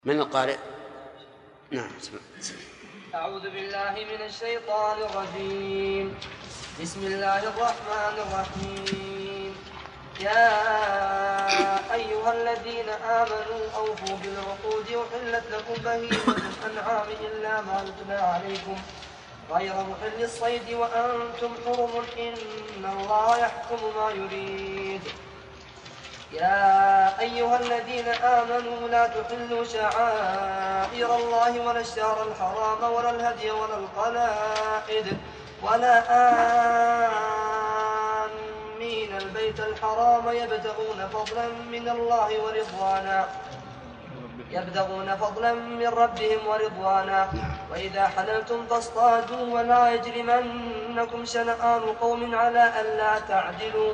من القارئ؟ نعم. أعوذ بالله من الشيطان الرجيم. بسم الله الرحمن الرحيم. يا أيها الذين آمنوا أوفوا بالعقود أحلت لكم بهيمة الأنعام إلا ما يتلى عليكم غير محل الصيد وأنتم حرم إن الله يحكم ما يريد. يا أيها الذين آمنوا لا تحلوا شعائر الله ولا الشهر الحرام ولا الهدي ولا القلائد ولا آمين البيت الحرام يبتغون فضلا من ربهم ورضوانا وإذا حللتم فاصطادوا ولا يجرمنكم شنآن قوم على ألا تعدلوا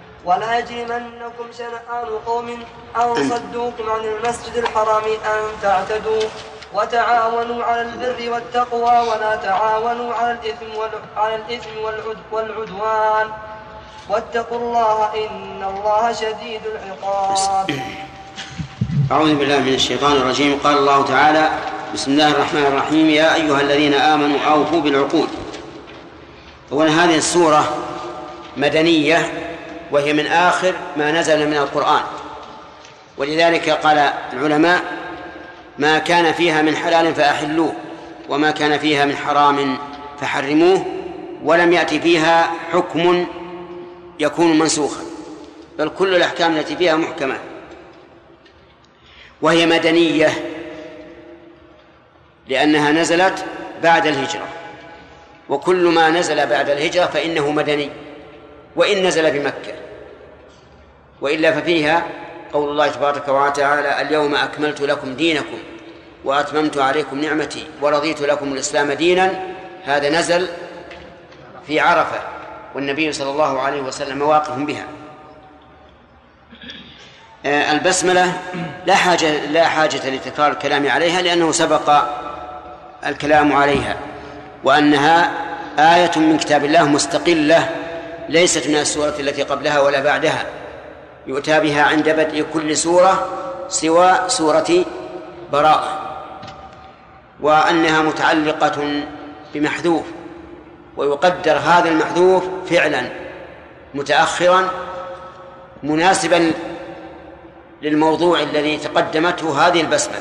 أن صدوكم عن المسجد الحرام أن تعتدوا وتعاونوا على البر والتقوى ولا تعاونوا على الإثم والعدوان واتقوا الله إن الله شديد العقاب. أعوذ بالله من الشيطان الرجيم. قال الله تعالى: بسم الله الرحمن الرحيم. يا أيها الذين آمنوا أوفوا بالعقود. أولا هذه السورة مدنية وهي من آخر ما نزل من القرآن، ولذلك قال العلماء: ما كان فيها من حلال فأحلوه وما كان فيها من حرام فحرموه، ولم يأتي فيها حكم يكون منسوخا، بل كل الأحكام التي فيها محكمة. وهي مدنية لأنها نزلت بعد الهجرة، وكل ما نزل بعد الهجرة فإنه مدني وإن نزل بمكة، وإلا ففيها قول الله تبارك وتعالى: اليوم أكملت لكم دينكم وأتممت عليكم نعمتي ورضيت لكم الإسلام دينا. هذا نزل في عرفة والنبي صلى الله عليه وسلم واقف بها. البسملة لا حاجة لتكرار الكلام عليها لأنه سبق الكلام عليها، وأنها آية من كتاب الله مستقلة ليست من السورة التي قبلها ولا بعدها، يؤتى بها عند بدء كل سورة سوى سورة براءة، وأنها متعلقة بمحذوف، ويقدر هذا المحذوف فعلا متأخرا مناسبا للموضوع الذي تقدمته هذه البسملة.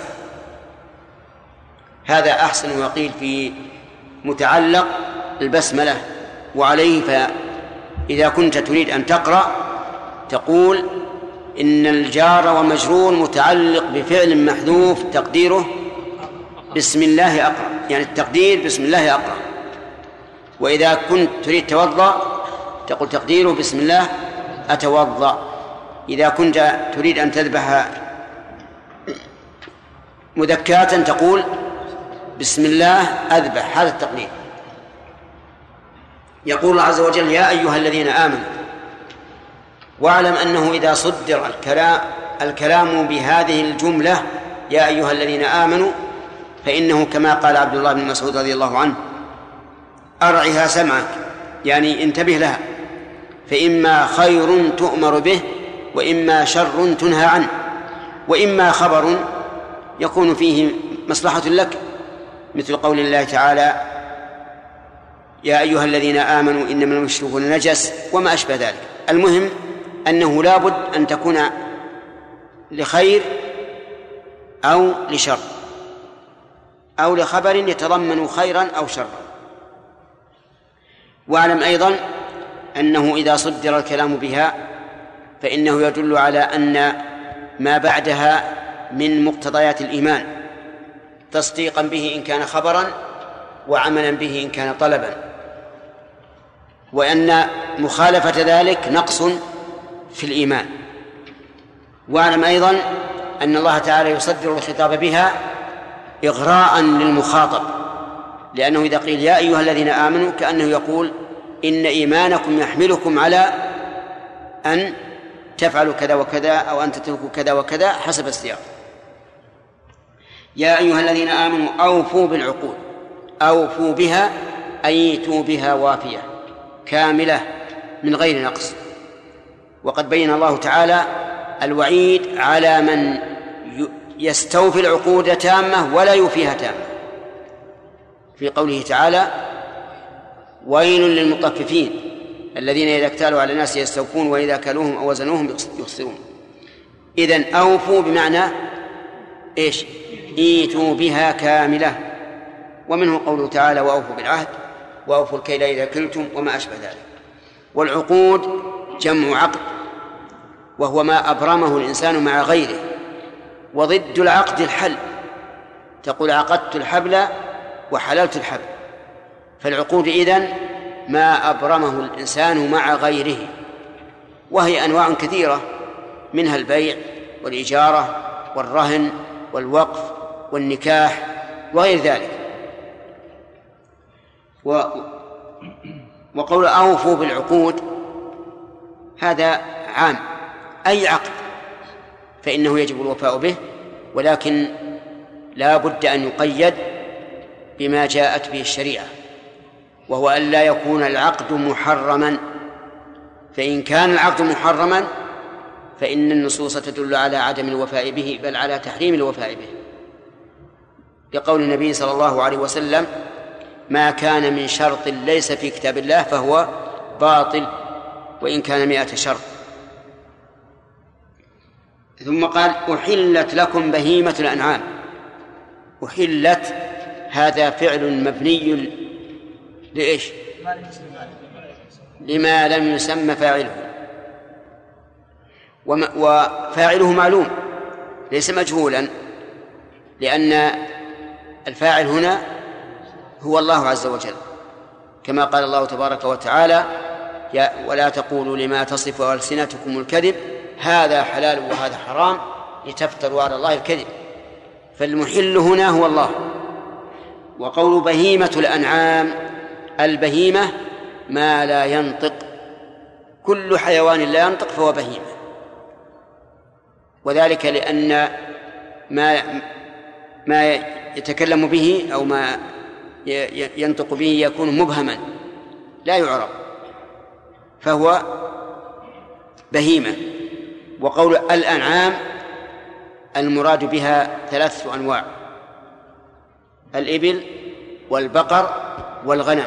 هذا أحسن وقيل في متعلق البسملة. وعليه فإذا كنت تريد أن تقرأ تقول: إن الجار ومجرور متعلق بفعل محذوف تقديره بسم الله أقرأ، يعني التقدير بسم الله أقرأ. وإذا كنت تريد توضأ تقول تقديره بسم الله أتوضأ. إذا كنت تريد أن تذبح مذكاة تقول بسم الله أذبح، هذا التقدير. يقول الله عز وجل: يا أيها الذين آمنوا. واعلم أنه إذا صدر الكلام بهذه الجملة يا أيها الذين آمنوا فإنه كما قال عبد الله بن مسعود رضي الله عنه: أرعها سمعك، يعني انتبه لها، فإما خير تؤمر به وإما شر تنهى عنه، وإما خبر يكون فيه مصلحة لك، مثل قول الله تعالى: يا أيها الذين آمنوا إنما المشركون نجس وما أشبه ذلك. المهم أنه لا بد أن تكون لخير أو لشر أو لخبر يتضمن خيرا أو شرا. واعلم أيضا أنه إذا صدر الكلام بها فإنه يدل على أن ما بعدها من مقتضيات الإيمان، تصديقا به إن كان خبرا وعملا به إن كان طلبا، وأن مخالفة ذلك نقص في الإيمان. واعلم أيضا أن الله تعالى يصدر الخطاب بها إغراء للمخاطب، لأنه إذا قيل يا أيها الذين آمنوا كأنه يقول إن إيمانكم يحملكم على أن تفعلوا كذا وكذا أو أن تتركوا كذا وكذا حسب السياق. يا أيها الذين آمنوا أوفوا بالعقود، أوفوا بها أيتوا بها وافية كاملة من غير نقص. وقد بين الله تعالى الوعيد على من يستوفي العقود تامة ولا يوفيها تامة، في قوله تعالى: ويل للمطففين الذين إذا اكتالوا على الناس يستوفون وإذا كالوهم أو وزنوهم يخسرون. إذن أوفوا بمعنى إيش؟ إيتوا بها كاملة. ومنه قوله تعالى: وأوفوا بالعهد وأوفوا الكيل إذا كلتم وما أشبه ذلك. والعقود جمع عقد، وهو ما أبرمه الإنسان مع غيره، وضد العقد الحل، تقول عقدت الحبل وحللت الحبل. فالعقود إذن ما أبرمه الإنسان مع غيره، وهي أنواع كثيرة، منها البيع والإجارة والرهن والوقف والنكاح وغير ذلك. وقول أوفوا بالعقود هذا عام، أي عقد فإنه يجب الوفاء به، ولكن لا بد أن يقيد بما جاءت به الشريعة، وهو أن لا يكون العقد محرما. فإن كان العقد محرما فإن النصوص تدل على عدم الوفاء به، بل على تحريم الوفاء به، لقول النبي صلى الله عليه وسلم: ما كان من شرط ليس في كتاب الله فهو باطل وإن كان 100 شرط. ثم قال: أحلت لكم بهيمة الأنعام. أحلت هذا فعل مبني لإيش؟ لما لم يسمى فاعله، وفاعله معلوم ليس مجهولا، لأن الفاعل هنا هو الله عز وجل، كما قال الله تبارك وتعالى: ولا تقولوا لما تصف ألسنتكم الكذب هذا حلال وهذا حرام لتفتروا على الله الكذب. فالمحل هنا هو الله. وقول بهيمة الأنعام، البهيمة ما لا ينطق، كل حيوان لا ينطق فهو بهيمة، وذلك لأن ما يتكلم به أو ما ينطق به يكون مبهما لا يعرف، فهو بهيمة. وقول الأنعام المراد بها 3 أنواع: الإبل والبقر والغنم.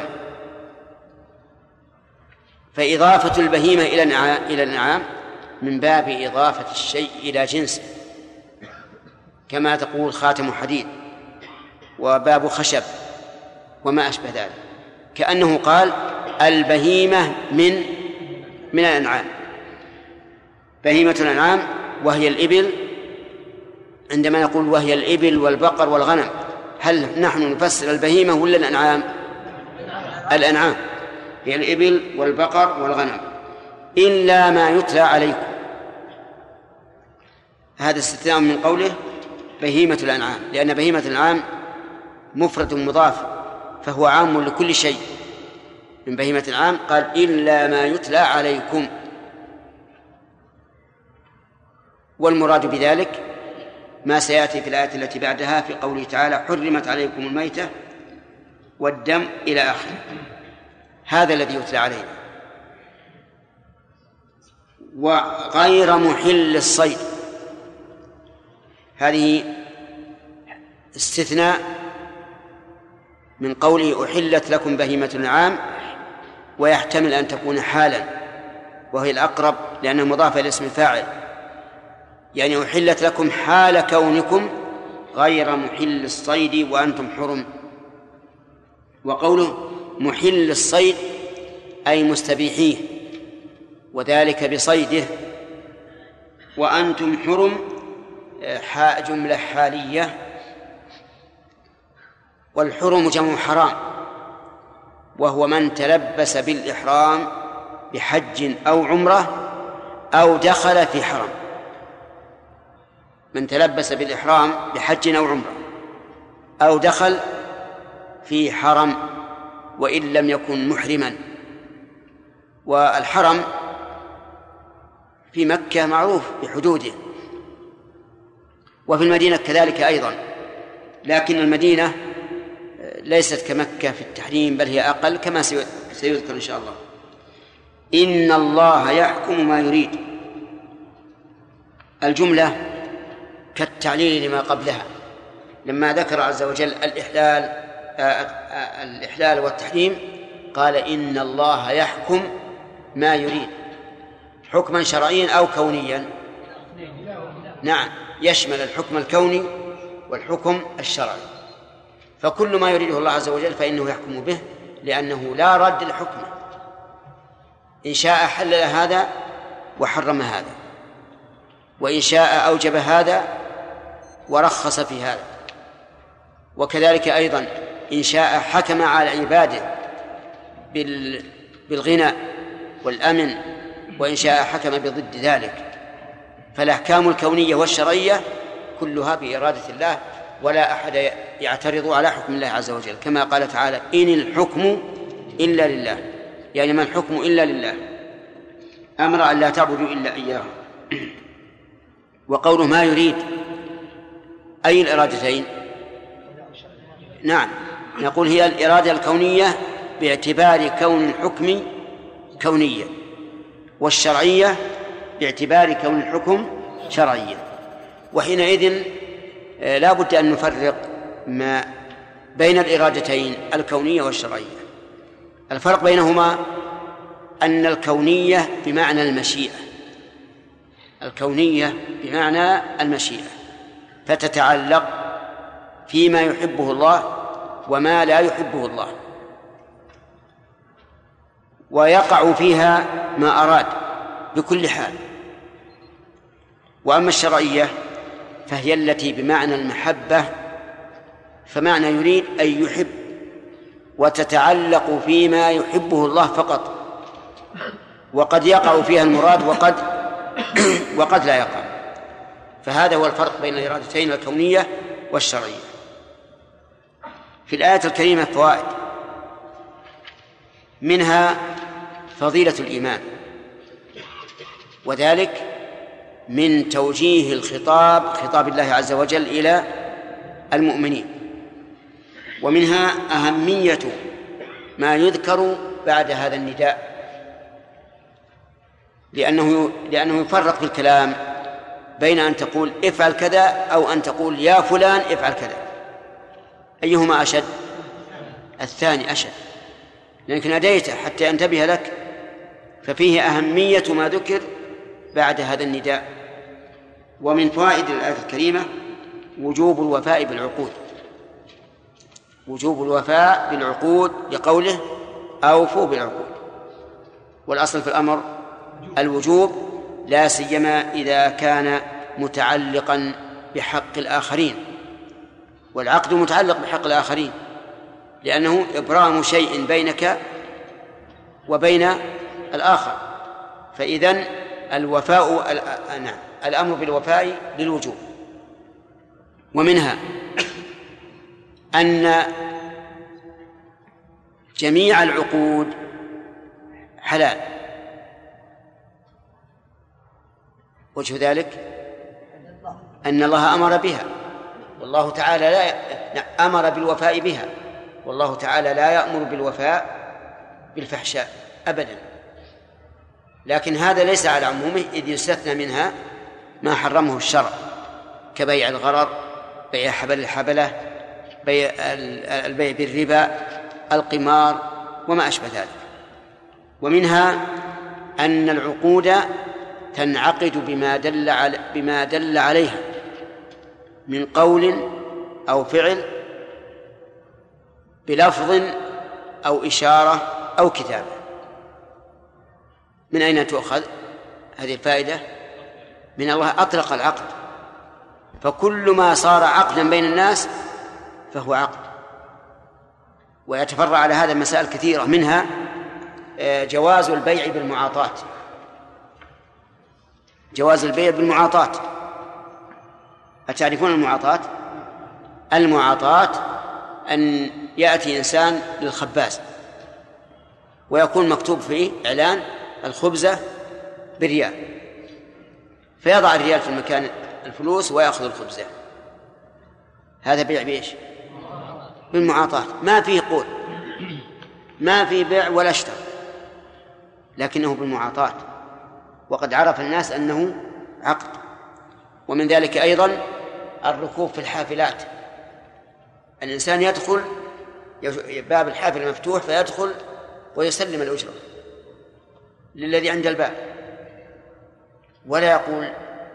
فإضافة البهيمة إلى الأنعام من باب إضافة الشيء إلى جنسه، كما تقول خاتم حديد وباب خشب وما أشبه ذلك، كأنه قال البهيمة من الأنعام. بهيمة الأنعام وهي الإبل، عندما نقول وهي الإبل والبقر والغنم، هل نحن نفسر البهيمة ولا الأنعام؟ الأنعام هي الإبل والبقر والغنم، إلا ما يتلى عليكم. هذا استثناء من قوله بهيمة الأنعام، لأن بهيمة الأنعام مفرد مضاف، فهو عام لكل شيء. من بهيمة الأنعام قال إلا ما يتلى عليكم، والمراد بذلك ما سيأتي في الآية التي بعدها في قوله تعالى: حرمت عليكم الميتة والدم إلى آخره. هذا الذي يتلى علينا. وغير محل الصيد، هذه استثناء من قوله أحلت لكم بهيمة الأنعام، ويحتمل أن تكون حالا، وهي الأقرب لأنها مضافة إلى اسم الفاعل، يعني أحلت لكم حال كونكم غير محل الصيد وأنتم حرم. وقوله محل الصيد أي مستبيحيه، وذلك بصيده، وأنتم حرم جملة حالية، والحرم جمع حرام، وهو من تلبس بالإحرام بحج أو عمرة أو دخل في حرم. من تلبس بالإحرام بحج أو عمرة أو دخل في حرم وإن لم يكن محرما. والحرم في مكة معروف بحدوده، وفي المدينة كذلك أيضا، لكن المدينة ليست كمكة في التحريم، بل هي أقل كما سيذكر إن شاء الله. إن الله يحكم ما يريد. الجملة كالتعليل لما قبلها لما ذكر عز وجل الإحلال والتحريم قال إن الله يحكم ما يريد حكما شرعيا أو كونيا. نعم، يشمل الحكم الكوني والحكم الشرعي، فكل ما يريده الله عز وجل فإنه يحكم به لأنه لا رد لحكمه، إن شاء حلل هذا وحرم هذا، وإن شاء أوجب هذا ورخص في هذا، وكذلك أيضا إن شاء حكم على عباده بالغنى والأمن، وإن شاء حكم بضد ذلك. فالأحكام الكونية والشرعية كلها بإرادة الله، ولا أحد يعترض على حكم الله عز وجل، كما قال تعالى إن الحكم إلا لله، يعني ما الحكم إلا لله، أمر أن لا تعبدوا إلا إياه. وقوله ما يريد أي الإرادتين؟ نعم، نقول هي الإرادة الكونية باعتبار كون الحكم كونيا، والشرعية باعتبار كون الحكم شرعيا. وحينئذ لا بد أن نفرق ما بين الإرادتين الكونية والشرعية. الفرق بينهما أن الكونية بمعنى المشيئة، الكونية بمعنى المشيئة، فتتعلق فيما يحبه الله وما لا يحبه الله، ويقع فيها ما أراد بكل حال. وأما الشرعية فهي التي بمعنى المحبة، فمعنى يريد أن يحب، وتتعلق فيما يحبه الله فقط، وقد يقع فيها المراد وقد لا يقع. فهذا هو الفرق بين الإرادتين الكونية والشرعية. في الآية الكريمة فوائد، منها فضيلة الإيمان، وذلك من توجيه الخطاب، خطاب الله عز وجل إلى المؤمنين. ومنها أهمية ما يذكر بعد هذا النداء، لأنه يفرق في الكلام بين أن تقول افعل كذا أو أن تقول يا فلان افعل كذا، أيهما أشد؟ الثاني أشد، لأنك ناديته حتى ينتبه لك، ففيه أهمية ما ذكر بعد هذا النداء. ومن فوائد الآية الكريمة وجوب الوفاء بالعقود، وجوب الوفاء بالعقود لقوله أوفوا بالعقود، والأصل في الأمر الوجوب، لا سيما إذا كان متعلقا بحق الآخرين، والعقد متعلق بحق الآخرين لأنه إبرام شيء بينك وبين الآخر، فإذن الوفاء الأمر بالوفاء للوجوب. ومنها أن جميع العقود حلال، وجه ذلك أن الله أمر بها، والله تعالى أمر بالوفاء بها، والله تعالى لا يأمر بالوفاء بالفحشاء أبدا. لكن هذا ليس على عمومه، إذ يستثنى منها ما حرمه الشرع كبيع الغرر، بيع حبل الحبلة، بيع البيع بالربا، القمار وما أشبه ذلك. ومنها أن العقود تنعقد بما دل عليها من قول أو فعل، بلفظ أو إشارة أو كتابة. من أين تؤخذ هذه الفائدة؟ من الله أطلق العقد، فكل ما صار عقدا بين الناس فهو عقد. ويتفرع على هذا مسائل كثيرة، منها جواز البيع بالمعاطاة، جواز البيع بالمعاطاة. أتعرفون المعاطاة؟ المعاطاة أن يأتي إنسان للخباز ويكون مكتوب فيه إعلان الخبزة بريال، فيضع الريال في المكان الفلوس ويأخذ الخبزة. هذا بيع بإيش؟ بالمعاطاة، ما فيه قول، ما فيه بيع ولا اشترى، لكنه بالمعاطاة، وقد عرف الناس أنه عقد. ومن ذلك أيضا الركوب في الحافلات. الإنسان يدخل باب الحافلة مفتوح فيدخل ويسلم الأجرة للذي عند الباب، ولا يقول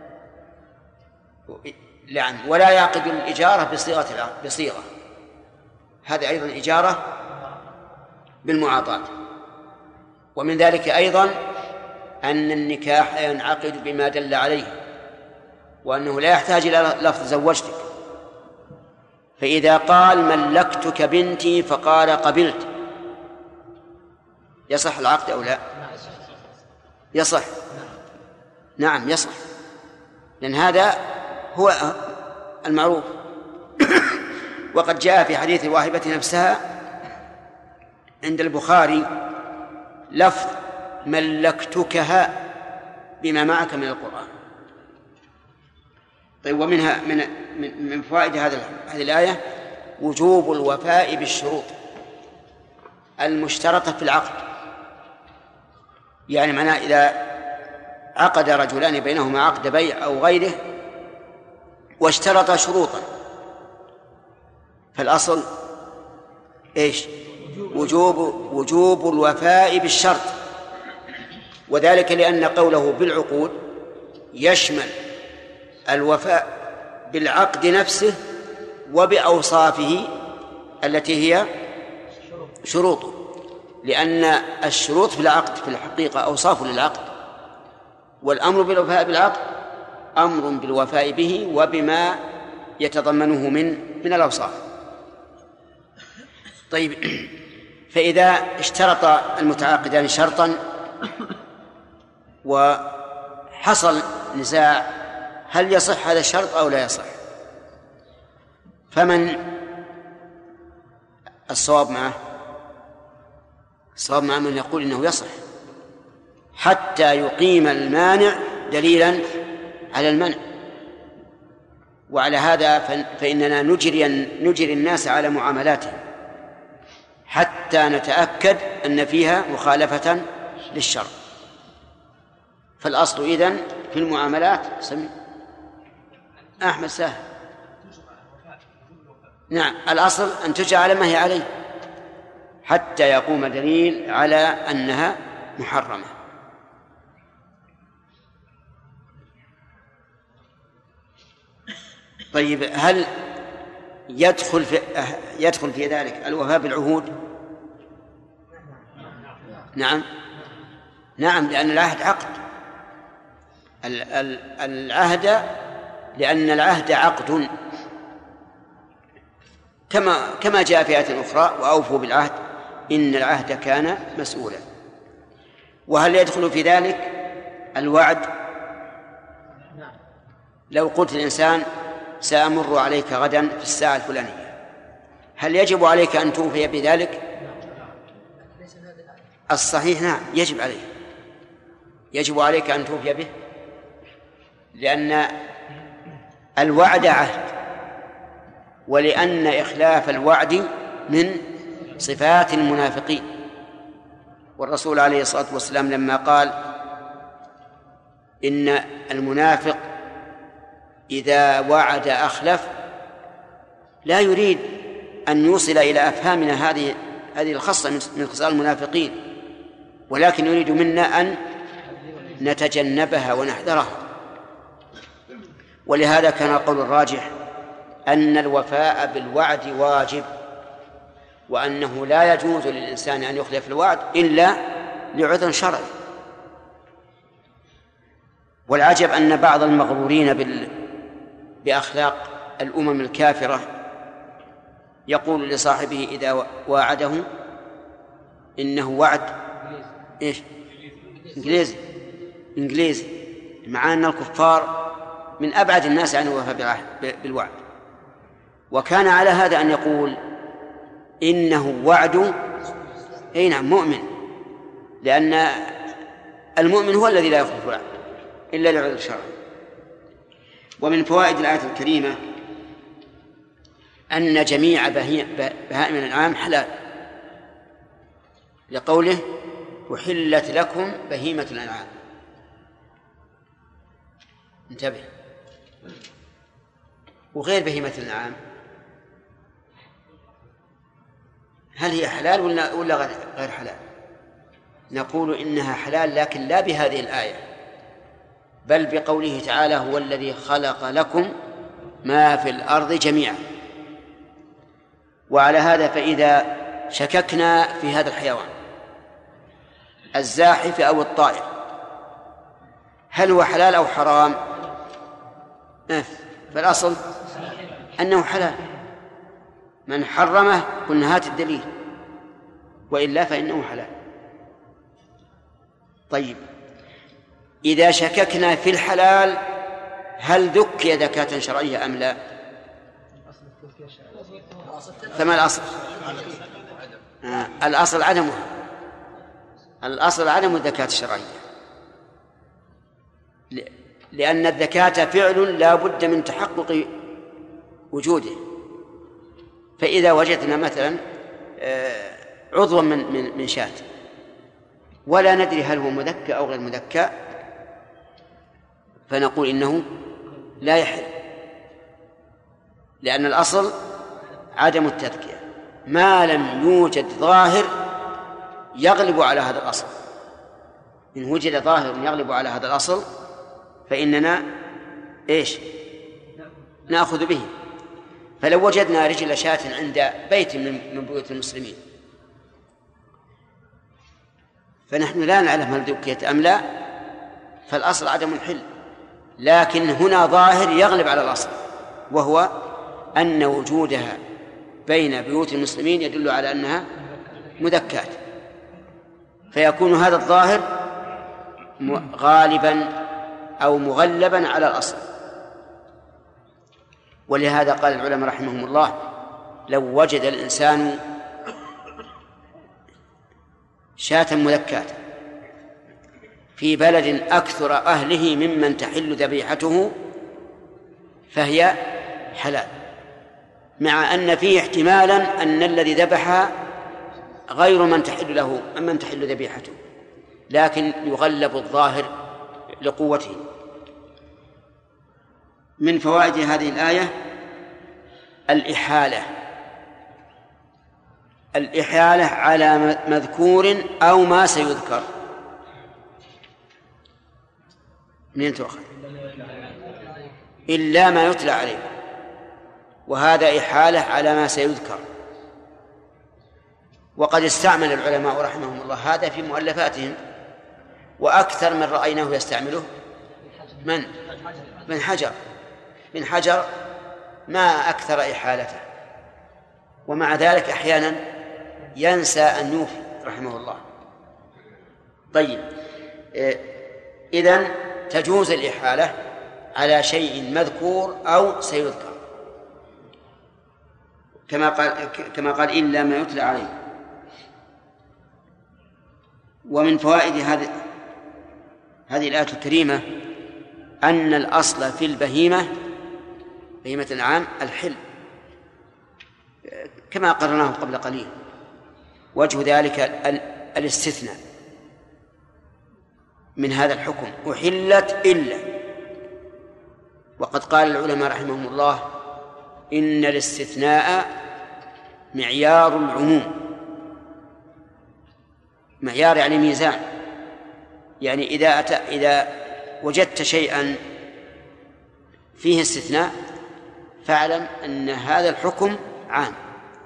ولا يعقد الإجارة بصيغة، هذا أيضا إجارة بالمعاطاة. ومن ذلك أيضا أن النكاح ينعقد بما دل عليه، وأنه لا يحتاج إلى لفظ زوجتك. فإذا قال ملكتك بنتي فقال قبلت، يصح العقد أو لا؟ يصح. نعم يصح، لأن هذا هو المعروف. وقد جاء في حديث الواهبة نفسها عند البخاري لفظ ملكتكها بما معك من القرآن. طيب، ومنها من فوائد هذه الآية وجوب الوفاء بالشروط المشترطة في العقد. يعني معناه إذا عقد رجلان بينهما عقد بيع أو غيره واشترط شروطا، فالأصل إيش؟ وجوب الوفاء بالشرط، وذلك لأن قوله بالعقود يشمل الوفاء بالعقد نفسه وبأوصافه التي هي شروطه، لأن الشروط في العقد في الحقيقة أوصاف للعقد، والأمر بالوفاء بالعقد أمر بالوفاء به وبما يتضمنه من الأوصاف. طيب، فإذا اشترط المتعاقدان شرطا وحصل نزاع هل يصح هذا الشرط أو لا يصح، فمن الصواب معه؟ الصواب معه من يقول إنه يصح حتى يقيم المانع دليلا على المنع. وعلى هذا فإننا نجري الناس على معاملاتهم حتى نتأكد أن فيها مخالفة للشرع. فالأصل إذن في المعاملات أحمد سهل. نعم، الأصل أن تجعل ما هي عليه حتى يقوم دليل على أنها محرمة. طيب، هل يدخل في ذلك الوفاء بالعهود؟ نعم، لأن العهد عقد. العهد لأن العهد عقد، كما جاء في آية أخرى وأوفوا بالعهد إن العهد كان مسؤولا. وهل يدخل في ذلك الوعد؟ لو قلت الإنسان سأمر عليك غدا في الساعة الفلانية، هل يجب عليك أن توفي بذلك؟ الصحيح نعم، يجب عليك أن توفي به، لأن الوعد عهد، ولأن إخلاف الوعد من صفات المنافقين. والرسول عليه الصلاة والسلام لما قال إن المنافق إذا وعد أخلف لا يريد أن يوصل إلى أفهامنا هذه الخصلة من خصال المنافقين، ولكن يريد منا أن نتجنبها ونحذرها. ولهذا كان القول الراجح أن الوفاء بالوعد واجب، وأنه لا يجوز للإنسان أن يخلف الوعد إلا لعذر شرعي. والعجب أن بعض المغرورين بأخلاق الأمم الكافرة يقول لصاحبه إذا واعده إنه وعد إنجليزي، مع أن الكفار من أبعد الناس عن الوفاء بالوعد. وكان على هذا أن يقول إنه وعد نعم مؤمن، لأن المؤمن هو الذي لا يخلف الوعد إلا لعذر شرعي. ومن فوائد الآية الكريمة أن جميع بهائم الأنعام حلال، لقوله أحلت لكم بهيمة الأنعام. انتبه، وغير بهيمة الأنعام هل هي حلال ولا غير حلال؟ نقول إنها حلال، لكن لا بهذه الآية، بل بقوله تعالى: هو الذي خلق لكم ما في الأرض جميعا. وعلى هذا فإذا شككنا في هذا الحيوان الزاحف أو الطائر هل هو حلال أو حرام؟ فالأصل أنه حلال. من حرمه قلنا هات الدليل، وإلا فإنه حلال. طيب، إذا شككنا في الحلال هل ذكي ذكاة شرعية أم لا؟ فما الأصل؟ الأصل عدمها، الأصل عدم الذكاة الشرعية، لأن الذكاة فعل لا بد من تحقق وجوده. فإذا وجدنا مثلا عضوا من شاة ولا ندري هل هو مذكى أو غير مذكى فنقول إنه لا يحل، لأن الأصل عدم التذكية ما لم يوجد ظاهر يغلب على هذا الأصل. إن وجد ظاهر يغلب على هذا الأصل فإننا نأخذ به. فلو وجدنا رجل شاة عند بيت من بيوت المسلمين فنحن لا نعلم هل ذكيت أم لا، فالأصل عدم الحل، لكن هنا ظاهر يغلب على الأصل، وهو أن وجودها بين بيوت المسلمين يدل على أنها مذكات، فيكون هذا الظاهر غالبا أو مغلبا على الأصل. ولهذا قال العلماء رحمهم الله: لو وجد الإنسان شاة مذكاة في بلد أكثر أهله ممن تحل ذبيحته فهي حلال، مع أن فيه احتمالا أن الذي ذبحها غير من تحل ذبيحته، لكن يغلب الظاهر لقوته. من فوائد هذه الآية الإحالة على مذكور أو ما سيذكر. منين تؤخذ؟ إلا ما يتلى عليه، وهذا إحالة على ما سيذكر. وقد استعمل العلماء رحمهم الله هذا في مؤلفاتهم، وأكثر من رأيناه يستعمله من حجر ما أكثر إحالته، ومع ذلك أحيانا ينسى أن يوفي رحمه الله. طيب، إذن تجوز الإحالة على شيء مذكور أو سيذكر، كما قال إلا ما يتلى عليه. ومن فوائد هذه الآية الكريمة أن الأصل في بهيمة الأنعام الحل، كما قررناه قبل قليل. وجه ذلك الاستثناء من هذا الحكم: أحلت إلا. وقد قال العلماء رحمهم الله: إن الاستثناء معيار العموم. معيار يعني ميزان، يعني إذا وجدت شيئا فيه استثناء فاعلم أن هذا الحكم عام،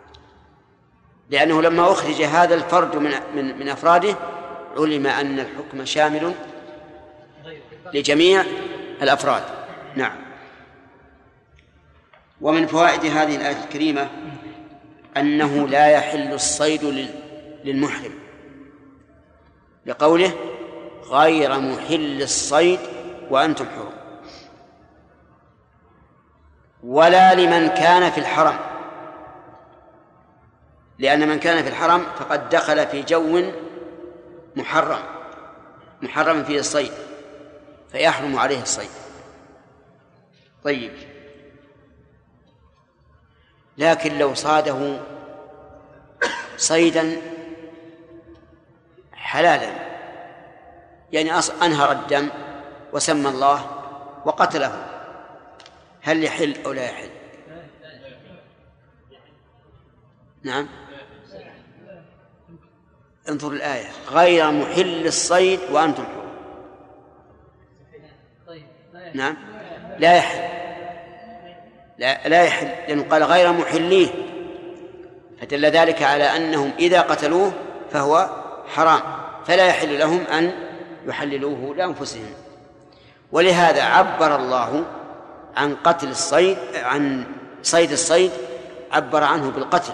لأنه لما أخرج هذا الفرد من أفراده علم أن الحكم شامل لجميع الأفراد. نعم. ومن فوائد هذه الآية الكريمة أنه لا يحل الصيد للمحرم، لقوله: غير محل الصيد وأنتم حرم، ولا لمن كان في الحرم، لأن من كان في الحرم فقد دخل في جو محرم فيه الصيد فيحرم عليه الصيد. طيب، لكن لو صاده صيدا حلالا، يعني أنهر الدم وسمى الله وقتله، هل يحل أو لا يحل؟ نعم، انظر الآية: غير محل الصيد وأنتم حرم. نعم، لا يحل، لا يحل، لأنه قال غير محليه، فدل ذلك على أنهم إذا قتلوه فهو حرام، فلا يحل لهم أن يحللوه لأنفسهم. ولهذا عبر الله عن قتل الصيد، عن صيد الصيد عبر عنه بالقتل،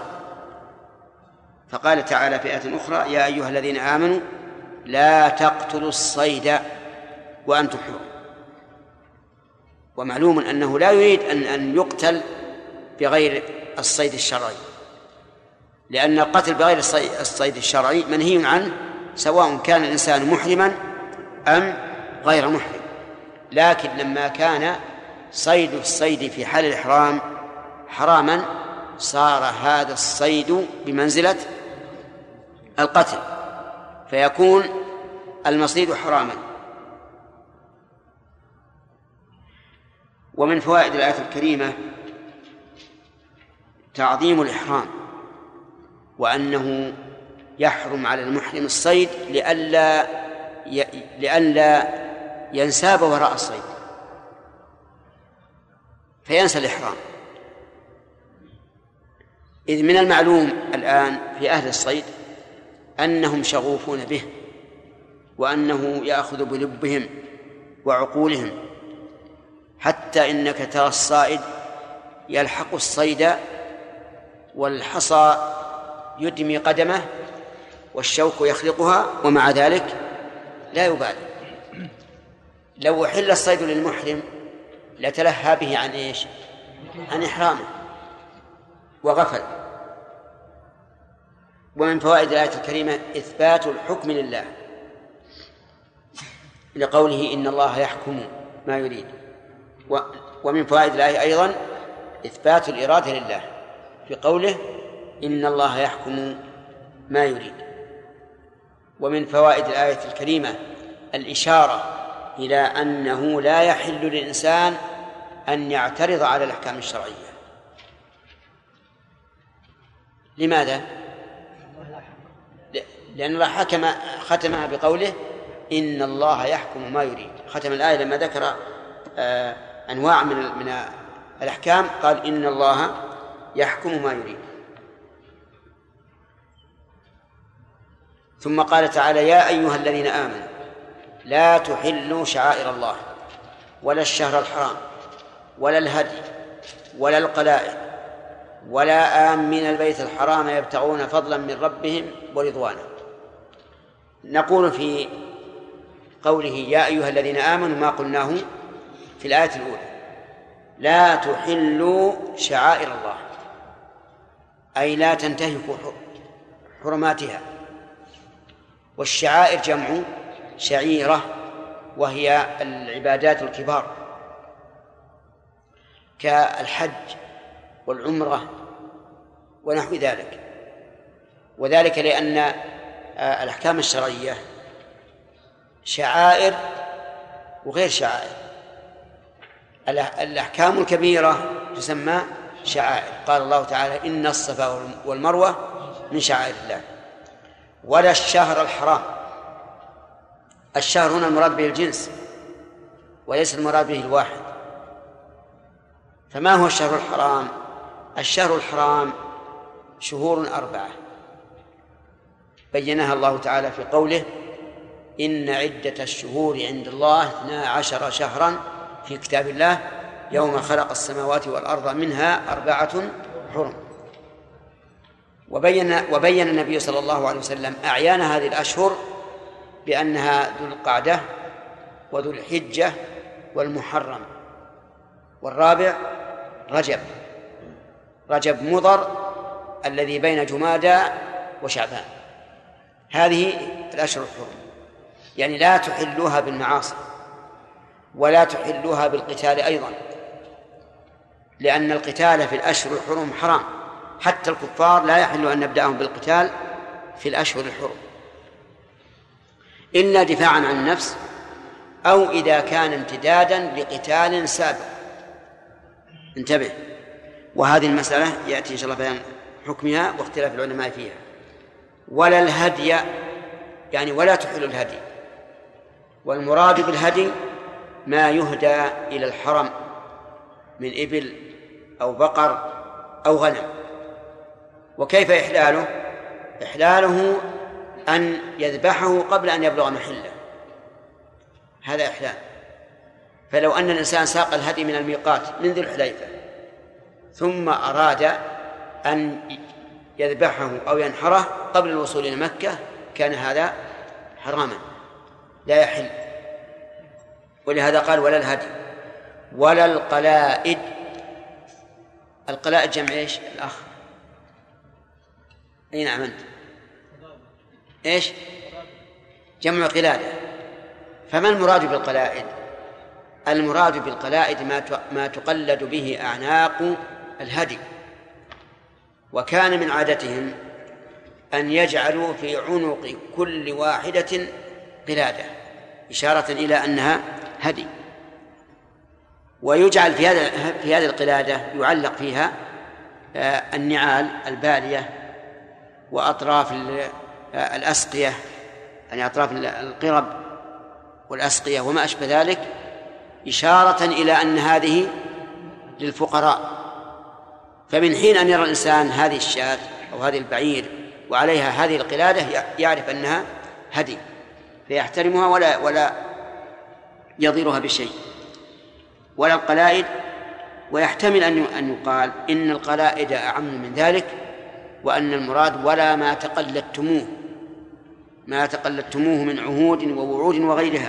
فقال تعالى في آية أخرى: يا أيها الذين آمنوا لا تقتلوا الصيد وأنتم حرم. ومعلوم أنه لا يريد أن يقتل بغير الصيد الشرعي، لأن القتل بغير الصيد الشرعي منهي عنه، سواء كان الإنسان محرما أم غير محرم. لكن لما كان صيد الصيد في حال الإحرام حراما، صار هذا الصيد بمنزلة القتل، فيكون المصيد حراما. ومن فوائد الآية الكريمة تعظيم الإحرام، وأنه يحرم على المحرم الصيد لئلا ينساب وراء الصيد فينسى الإحرام. إذ من المعلوم الآن في أهل الصيد أنهم شغوفون به، وأنه يأخذ بلبهم وعقولهم، حتى إنك ترى الصائد يلحق الصيد والحصى يدمي قدمه والشوك يخلقها، ومع ذلك لا يبالي. لو حل الصيد للمحرم لتلهى به عن إيش؟ عن إحرامه وغفل. ومن فوائد الآية الكريمة إثبات الحكم لله، لقوله إن الله يحكم ما يريد. ومن فوائد الآية أيضا إثبات الإرادة لله في قوله إن الله يحكم ما يريد. ومن فوائد الآية الكريمة الإشارة إلى أنه لا يحل للإنسان أن يعترض على الأحكام الشرعية. لماذا؟ لأن الله ختمها بقوله إن الله يحكم ما يريد. ختم الآية لما ذكر أنواع من الأحكام قال إن الله يحكم ما يريد. ثم قال تعالى: يا أيها الذين آمنوا لا تحلوا شعائر الله ولا الشهر الحرام ولا الهدي ولا القلائد ولا آمين البيت الحرام يبتغون فضلا من ربهم ورضوانا. نقول في قوله يا أيها الذين آمنوا ما قلناه في الآية الأولى: لا تحلوا شعائر الله، أي لا تنتهكوا حرماتها. والشعائر جمع شعيرة، وهي العبادات الكبار كالحج والعمرة ونحو ذلك. وذلك لأن الأحكام الشرعية شعائر وغير شعائر. الأحكام الكبيرة تسمى شعائر، قال الله تعالى: إن الصفا والمروة من شعائر الله. ولا الشهر الحرام. الشهر هنا المراد به الجنس وليس المراد به الواحد. فما هو الشهر الحرام؟ الشهر الحرام شهور 4 بينها الله تعالى في قوله: إن عدة الشهور عند الله 12 شهرا في كتاب الله يوم خلق السماوات والأرض منها 4 حرم. وبين النبي صلى الله عليه وسلم أعيان هذه الأشهر بأنها ذو القعدة وذو الحجة والمحرم، والرابع رجب مضر الذي بين جمادى وشعبان. هذه الأشهر الحرم، يعني لا تحلوها بالمعاصي ولا تحلوها بالقتال أيضا، لأن القتال في الأشهر الحرم حرام. حتى الكفار لا يحل أن نبدأهم بالقتال في الأشهر الحرم إلا دفاعا عن النفس أو إذا كان امتدادا لقتال سابق. انتبه، وهذه المسألة يأتي إن شاء الله بيان حكمها واختلاف العلماء فيها. ولا الهدي يعني ولا تحل الهدي، والمراد بالهدي ما يهدى إلى الحرم من إبل أو بقر أو غنم. وكيف إحلاله؟ إحلاله أن يذبحه قبل أن يبلغ محله، هذا إحلال. فلو أن الإنسان ساق الهدي من الميقات من ذي الحليفة ثم أراد أن يذبحه أو ينحره قبل الوصول إلى مكة كان هذا حراما لا يحل. ولهذا قال ولا الهدي ولا القلائد. القلائد جمع إيش الأخ؟ أي نعم أنت إيش؟ جمع قلادة. فما المراد بالقلائد؟ المراد بالقلائد ما تقلد به أعناق الهدي. وكان من عادتهم أن يجعلوا في عنق كل واحدة قلادة إشارة إلى أنها هدي، ويجعل في هذه القلادة يعلق فيها النعال البالية وأطراف الأسقية، يعني أطراف القرب والأسقية وما أشبه ذلك، إشارة إلى أن هذه للفقراء. فمن حين أن يرى الإنسان هذه الشاة أو هذه البعير وعليها هذه القلادة يعرف أنها هدي فيحترمها ولا يضيرها بشيء. ولا القلائد. ويحتمل أن يقال إن القلائد أعم من ذلك، وأن المراد ولا ما تقلدتموه من عهود ووعود وغيرها.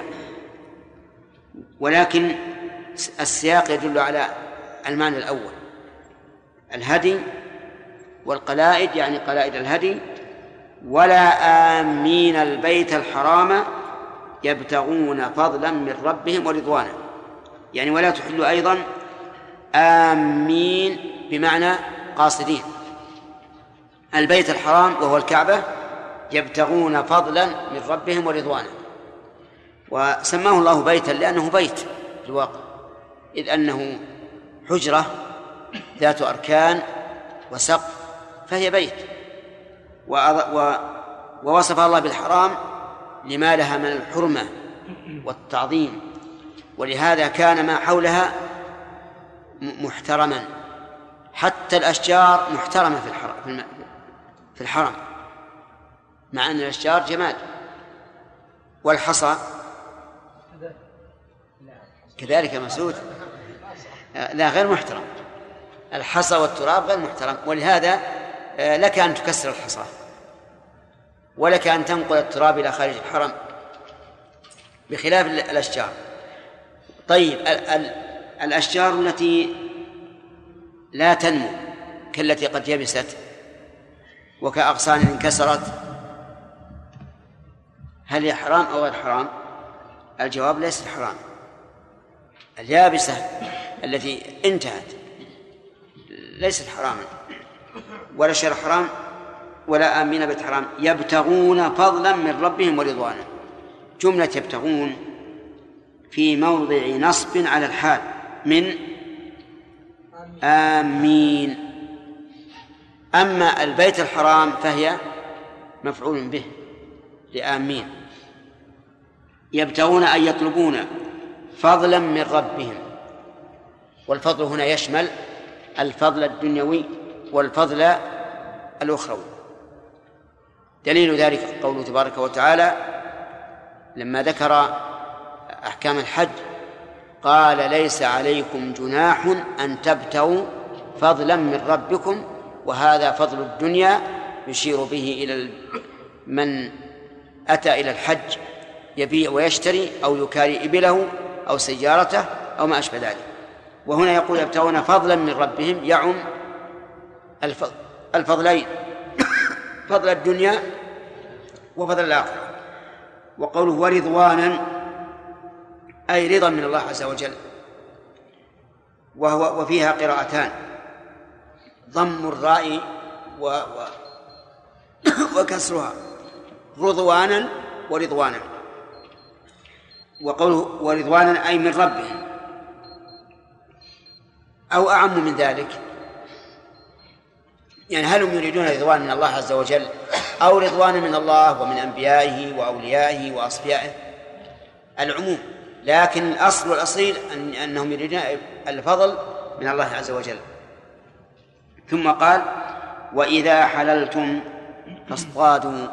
ولكن السياق يدل على المعنى الأول، الهدي والقلائد يعني قلائد الهدي. ولا آمين البيت الحرام يبتغون فضلا من ربهم ورضوانا، يعني ولا تحل أيضا آمين بمعنى قاصدين البيت الحرام وهو الكعبة يبتغون فضلا من ربهم ورضوانا. وسماه الله بيتا لأنه بيت في الواقع، إذ أنه حجرة ذات أركان وسقف فهي بيت. ووصف الله بالحرام لما لها من الحرمة والتعظيم، ولهذا كان ما حولها محترما، حتى الأشجار محترمة في الحرم مع أن الأشجار جماد. والحصى كذلك مسعود لا غير محترم، الحصى والتراب غير محترم. ولهذا لك أن تكسر الحصى ولك أن تنقل التراب إلى خارج الحرم بخلاف الأشجار. طيب الأشجار التي لا تنمو كالتي قد يبست وكأغصان انكسرت هل هي حرام أو غير حرام؟ الجواب ليس حرام. اليابسة التي انتهت ليست حراما ولا شيء حرام ولا آمين بيت حرام يبتغون فضلا من ربهم ورضوانا. جملة يبتغون في موضع نصب على الحال من آمين. أما البيت الحرام فهي مفعول به لآمين. يبتغون أن يطلبون فضلا من ربهم، والفضل هنا يشمل الفضل الدنيوي والفضل الأخروي. دليل ذلك قوله تبارك وتعالى لما ذكر أحكام الحج قال ليس عليكم جناح أن تبتغوا فضلا من ربكم، وهذا فضل الدنيا يشير به إلى من أتى إلى الحج يبيع ويشتري أو يكاري إبله أو سيارته أو ما أشبه ذلك. وهنا يقول يبتغون فضلا من ربهم يعم الفضلين فضل الدنيا وفضل الآخرة. وقوله ورضوانا أي رضا من الله عز وجل، وفيها قراءتان ضم الراء وكسرها رضوانا ورضوانا. وقوله ورضوانا أي من ربهم أو أعم من ذلك، يعني هل هم يريدون رضوان من الله عز وجل أو رضوان من الله ومن أنبيائه وأوليائه وأصفيائه؟ العموم، لكن الأصل والأصيل أنهم يريدون الفضل من الله عز وجل. ثم قال وإذا حللتم فاصطادوا.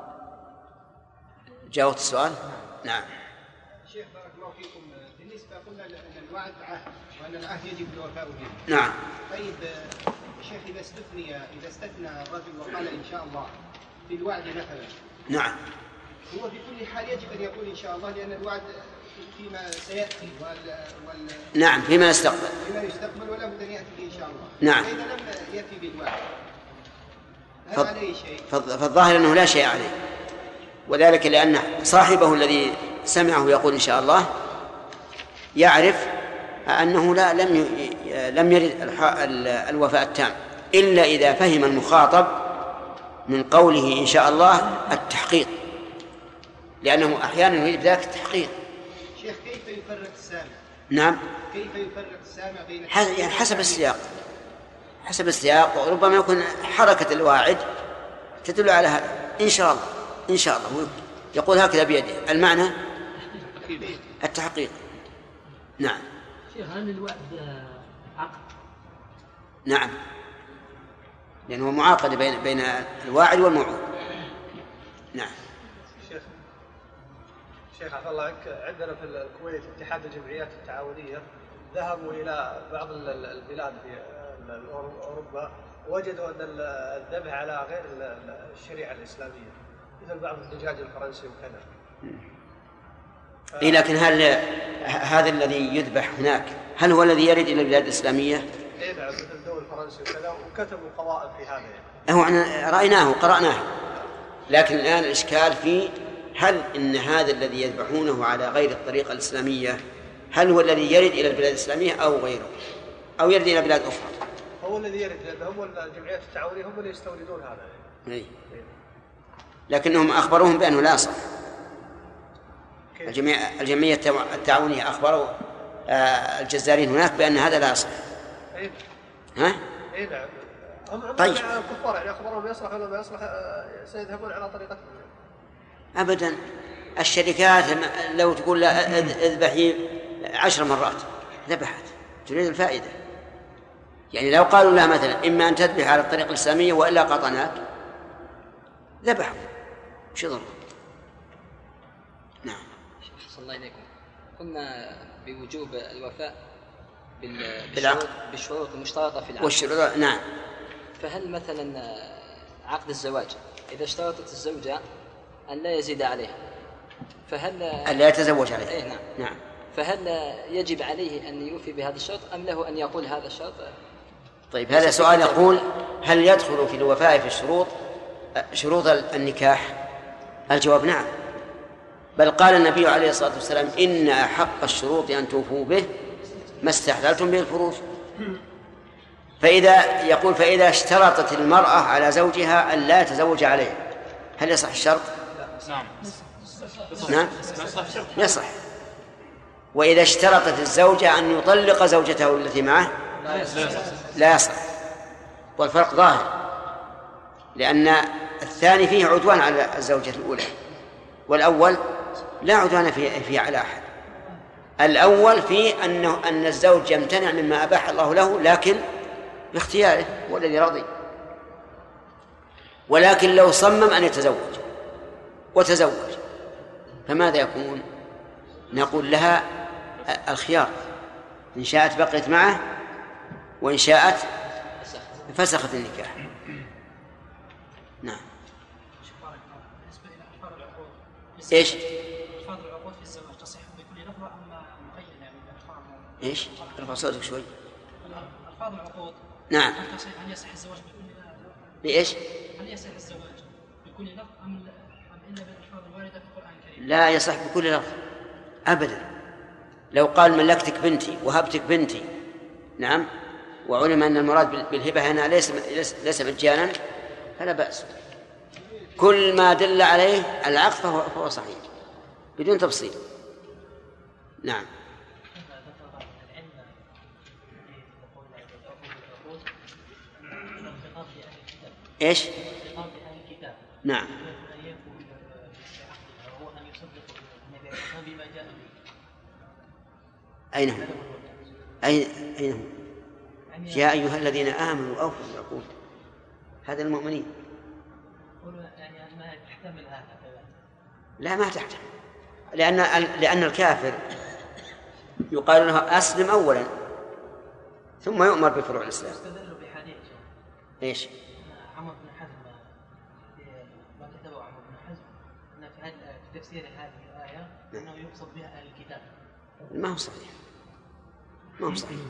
جاوبت السؤال؟ نعم. شيخ بارك الله فيكم، بالنسبة قلنا أن الوعد عهد وأن العهد يجب الوفاء به. نعم. طيب شيخ إذا استثنى الرجل وقال إن شاء الله في الوعد مثلا. نعم. هو في كل حال يجب أن يقول إن شاء الله، لأن الوعد فيما سيأتي نعم فيما يستقبل ولا بد أن يأتي به إن شاء الله. نعم. فإذا لم يأتي بالوعد هل عليه شيء؟ فالظاهر أنه لا شيء عليه، وذلك لأن صاحبه الذي سمعه يقول إن شاء الله يعرف أنه لم يرد الوفاء التام، إلا إذا فهم المخاطب من قوله إن شاء الله التحقيق، لأنه أحيانا يريد ذلك التحقيق. شيخ كيف يفرق السامع؟ نعم. كيف يفرق السامع بين يعني حسب السياق، وربما يكون حركة الواعد تدل على هذا إن شاء الله إن شاء الله، يقول هكذا بيده، المعنى التحقيق. نعم. شيخ هل الوعد عقد؟ نعم، لأنه معاقد بين الواعد والموعود. نعم. شيخ عفوا الله عنك، عندنا في الكويت اتحاد الجمعيات التعاونية ذهبوا إلى بعض البلاد في أوروبا، وجدوا أن الذبح على غير الشريعة الإسلامية، مثل بعض الدجاج الفرنسي وكذا. لكن هل هذا الذي يذبح هناك هل هو الذي يرد إلى البلاد الإسلامية؟ نعم، مثل الدول الفرنسي وكذا، وكتبوا قوائم في هذا هو رأيناه وقرأناه، لكن الآن الإشكال في هل إن هذا الذي يذبحونه على غير الطريقة الإسلامية هل هو الذي يرد إلى البلاد الإسلامية أو غيره، أو يرد إلى بلاد أخرى؟ هو الذي يرد، لأن هم الجمعيات التعاونية هم اللي يستوردون هذا. لكنهم أخبروهم بأنه لا صح. الجمعية التعاونية أخبروا الجزارين هناك بأن هذا لا صح. ها؟ إيه نعم. طيب. الكفار يعني أخبرهم يصلح ولا ما يصلح سيذهبون على طريقتهم. أبدا. الشركات لو تقول لا اذبحي 10 مرات ذبحت، تريد الفائدة. يعني لو قالوا لها مثلا إما أن تذبح على الطريقة الإسلامية وإلا قطعناك، ذبحوا، شو ضر. نعم. صلى الله عليكم. قلنا بوجوب الوفاء بالشروط المشترطة في العقد. والشروط نعم. فهل مثلا عقد الزواج إذا اشترطت الزوجة أن لا يزيد عليها، فهل أن لا يتزوج عليها؟ إيه نعم. نعم. فهل يجب عليه أن يوفي بهذا الشرط أم له أن يقول هذا الشرط؟ طيب هذا سؤال يقول هل يدخل في الوفاء في الشروط شروط النكاح؟ الجواب نعم، بل قال النبي عليه الصلاة والسلام إن أحق الشروط أن توفوا به ما استحللتم به الفروج. فإذا اشترطت المرأة على زوجها أن لا يتزوج عليها هل يصح الشرط؟ نعم يصح. وإذا اشترطت الزوجة أن يطلق زوجته التي معه لا يصح. والفرق ظاهر، لأن الثاني فيه عدوان على الزوجة الأولى، والأول لا عدوان فيه على أحد. الأول فيه أن الزوج يمتنع مما أباح الله له لكن باختياره والذي رضي، ولكن لو صمم أن يتزوج وتزوج فماذا يكون؟ نقول لها الخيار، إن شاءت بقيت معه وإن شاءت فسخت النكاح. نعم. إيش؟ ألفاظ العقود في الزواج تصح بكل لفظة أم مقيدة يعني بألفاظ؟ إيش؟ ارفع صوتك شوي. ألفاظ العقود. نعم. هل يصح الزواج بكل لفظ؟ بإيش؟ هل يصح الزواج بكل لفظ أم إلا بالألفاظ الواردة في القرآن الكريم؟ لا يصح بكل لفظ أبدا. لو قال ملكتك بنتي وهبتك بنتي، نعم، وعلم أن المراد بالهبة هنا ليس مجانا فلا بأس. كل ما دل عليه العقد فهو صحيح بدون تفصيل. نعم. إيش؟ خطاب لأهل الكتاب. نعم. أن يكون بعقدها وهو أن يصدق النبي عليه الصلاة والسلام بما جاء به. أين هم؟ أين هم؟ يا أيها الذين آمنوا أوفوا بالعقود. هذا المؤمنين. يعني ما تحتمل هذا. لا ما تحتمل، لأن الكافر يقال له أسلم أولا ثم يؤمر بفروع الإسلام. استدلوا بحديث إيش؟ عمرو بن حزم ما كتبه عمرو بن حزم أن في تفسير هذه الآية أنه يقصد بها أهل الكتاب. ما هو صحيح، ما هو صحيح.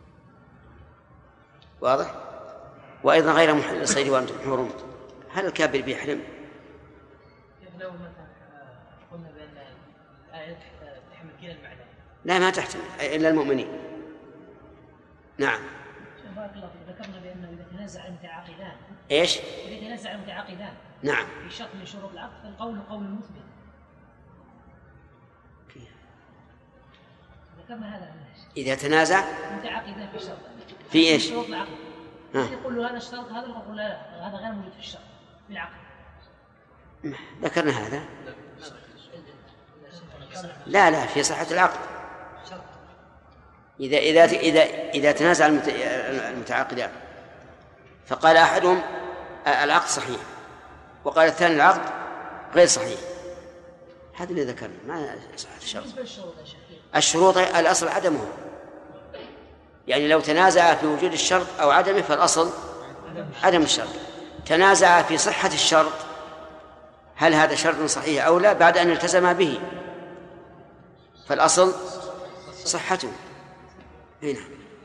واضح؟ وأيضا غير محل الصيد وأنتم حرم. هل الكافر بيحرم؟ لو مثلا قلنا بأن الآية تحمل كلا المعنى. لا ما تحتمل إلا المؤمنين. نعم. بارك الله فيك. ذكرنا بأنه إذا تنازع المتعاقدان. إيش؟ إذا تنازع المتعاقدان. نعم. في شرط من شروط العقد فالقول قول المثبت. ذكرنا هذا إذا تنازع متعاقدان في شرط. في إيش؟ شروط العقد. يقول له هذا الشرط هذا يقول لا هذا غير موجود في الشرط في العقد. ذكرنا هذا. لا في صحة العقد. إذا تنازع المتعاقدان فقال أحدهم العقد صحيح وقال الثاني العقد غير صحيح، هذا اللي ذكرنا ما صحة الشرط. الشروط الأصل عدمه، يعني لو تنازع في وجود الشرط أو عدمه فالأصل عدم الشرط. تنازع في صحة الشرط، هل هذا شرط صحيح أو لا بعد أن التزم به، فالأصل صحته. هنا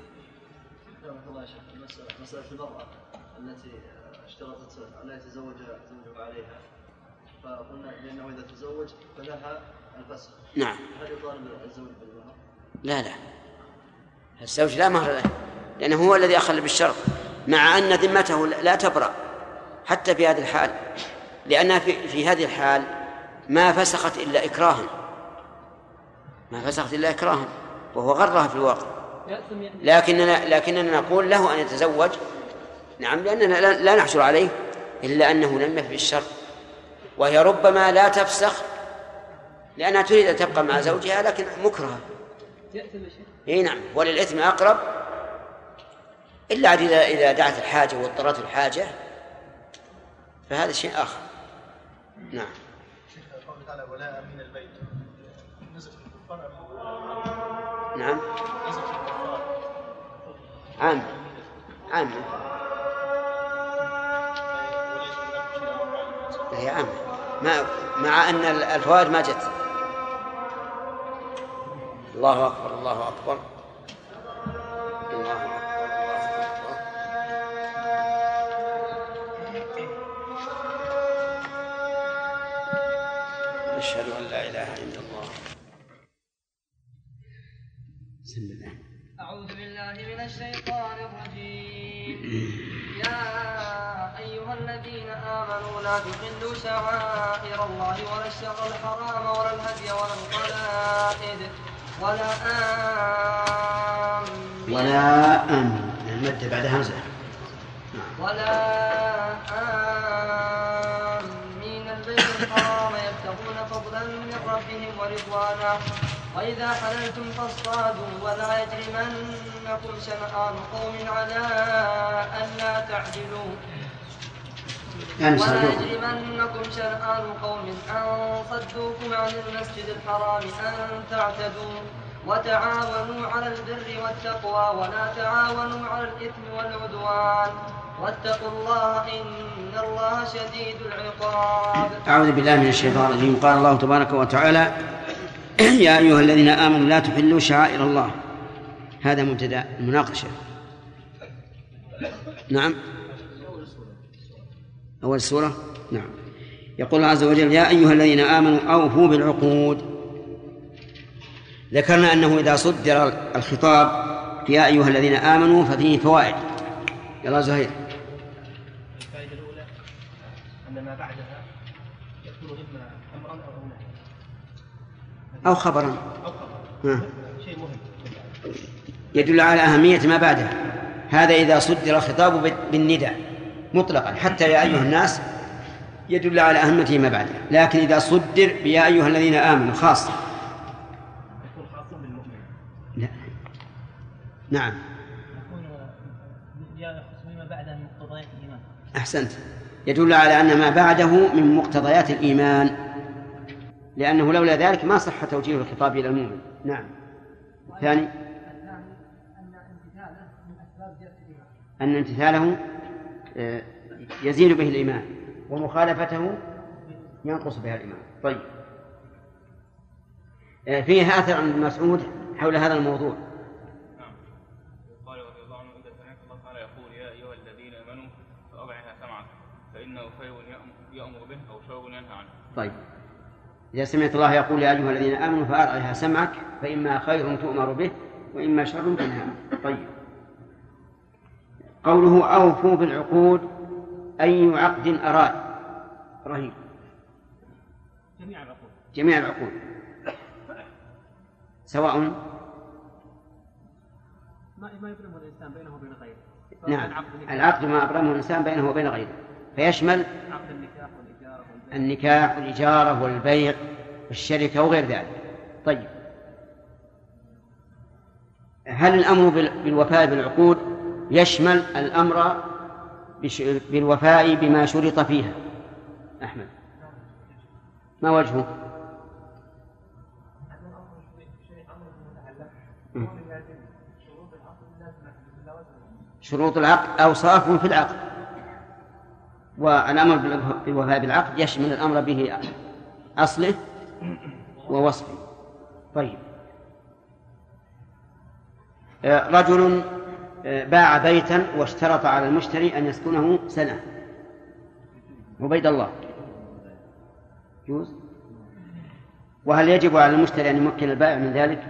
مسألة المرأة التي اشترطت أن يتزوج زوجها عليها، فقلنا لأنه إذا تزوج فلها الفسخ. نعم. هل يطالب الزوج بالمهر؟ لا الزوج لا مهر له، لأنه هو الذي أخل بالشرط، مع أن ذمته لا تبرأ حتى في هذه الحال، لأنها في هذه الحال ما فسخت إلا إكراها، وهو غرها في الواقع. لكننا نقول له أن يتزوج، نعم، لأننا لا نحجر عليه إلا أنه لم يفي بالشرط، وهي ربما لا تفسخ لأنها تريد أن تبقى مع زوجها لكن مكرهة. نعم، وللإثم أقرب، إلا إذا دعت الحاجة واضطرت الحاجة فهذا شيء آخر. نعم. قوله تعالى ولا أمين البيت نزل في الكفار. نعم. نزل في الكفار. عام. هي عام، مع أن الفوائد ما جت. الله أكبر الله أكبر الله أكبر. أشهد أن لا إله إلا الله. بسم الله. أعوذ بالله من الشيطان الرجيم. يا أيها الذين آمنوا لا تحلوا شعائر الله ولا الشهر الحرام ولا الهدي ولا القلائد ولا المد بعد همزة. ولا آمين البيت الحرام يبتغون فضلا من ربهم ورضوانا وإذا حللتم فاصطادوا ولا يجرمنكم شنآن قوم على ألا تعدلوا ولا يجرمنكم شنآن قوم أن صدوكم عن المسجد الحرام أن تعتدوا وتعاونوا على البر والتقوى ولا تعاونوا على الإثم والعدوان واتقوا الله إن الله شديد العقاب. أعوذ بالله من الشيطان الرجيم. قال الله تبارك وتعالى يا أيها الذين آمنوا لا تحلوا شعائر الله. هذا مبتدأ المناقشة. نعم. أول السورة. نعم. يقول الله عز وجل يا أيها الذين آمنوا أوفوا بالعقود. ذكرنا أنه إذا صدر الخطاب يا أيها الذين آمنوا ففيه فوائد. يلا زهير. الفائدة الأولى أن ما بعدها يكون إما أمرا أو نهيا أو خبرا شيء مهم يدل على أهمية ما بعدها. هذا إذا صدر الخطاب بالنداء مطلقا حتى يا أيها الناس يدل على أهمته ما بعده، لكن إذا صدر بيا أيها الذين آمنوا خاصة. يكون خاصا بالمؤمن. لا. نعم. يكون يأخذ مما بعده من مقتضيات الإيمان. أحسنت، يدل على أن ما بعده من مقتضيات الإيمان، لأنه لولا ذلك ما صح توجيه الخطاب إلى المؤمن. نعم. ثاني أن امتثاله يزيد به الإيمان ومخالفته ينقص بها الإيمان. طيب، فيه آثر عن ابن مسعود حول هذا الموضوع. نعم. قال رضي الله عنه: إذا سمعت الله تعالى يقول يا أيها الذين آمنوا فأرعها سمعك فإنه خير يأمر به أو شر ينهى عنه. طيب، إذا سمعت الله يقول يا أيها الذين آمنوا فأرعها سمعك فإما خير تؤمر به وإما شر تنهى عنه. طيب، قوله أوفوا بالعقود أي عقد أراد؟ رهيب. جميع العقود سواء ما يبرمه الإنسان بينه وبين غيره. نعم، العقد ما أبرمه الإنسان بينه وبين غيره، فيشمل عقد النكاح والإجارة والبيع والشركة وغير ذلك. طيب، هل الأمر بالوفاء بالعقود يشمل الأمر بالوفاء بما شرط فيها؟ أحمد، ما وجهه؟ شروط العقد أوصاف في العقد، والأمر بالوفاء بالعقد يشمل الأمر به أصله ووصفه. طيب، رجل باع بيتا واشترط على المشتري أن يسكنه سنة، عبيد الله، يجوز؟ وهل يجب على المشتري أن يمكن البائع من ذلك؟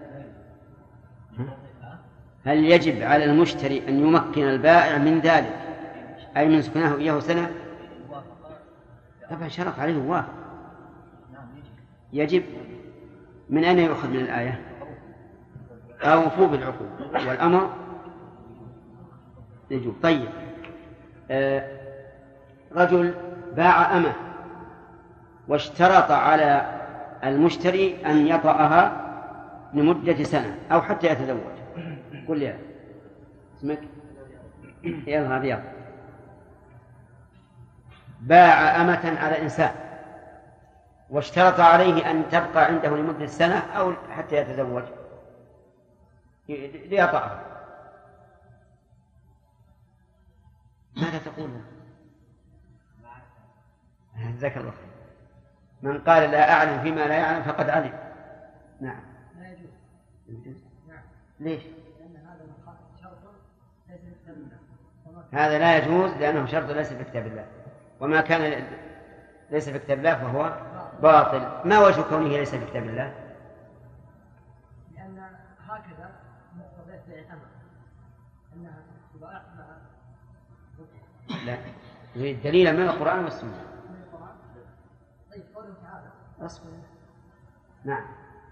هل يجب على المشتري أن يمكن البائع من ذلك، أي من سكنه إياه سنة؟ طبعا شرط عليه وافق. يجب. من أين يؤخذ من الآية؟ أوفوا بالعقود والأمر يجب. طيب، رجل باع أمه واشترط على المشتري أن يطأها لمدة سنة أو حتى يتزوج. قل لي اسمك. يلا رياض. باع أمة على إنسان واشترط عليه أن تبقى عنده لمدة سنة أو حتى يتزوج ليطأها، ماذا تقولون؟ جزاك الله خير. من قال لا أعلم فيما لا يعلم فقد علم. نعم. لا يجوز. نعم. ليش؟ لأن هذا شرط ليس في كتاب الله. هذا لا يجوز لأنه شرط ليس في كتاب الله، وما كان ليس في كتاب الله فهو باطل. ما وجه كونه ليس في كتاب الله؟ لأن هكذا مقتضيات الأمر أنها تباع مع. لا، يريد دليلا من القرآن والسنة. طيب، قوله تعالى أصبر. نعم.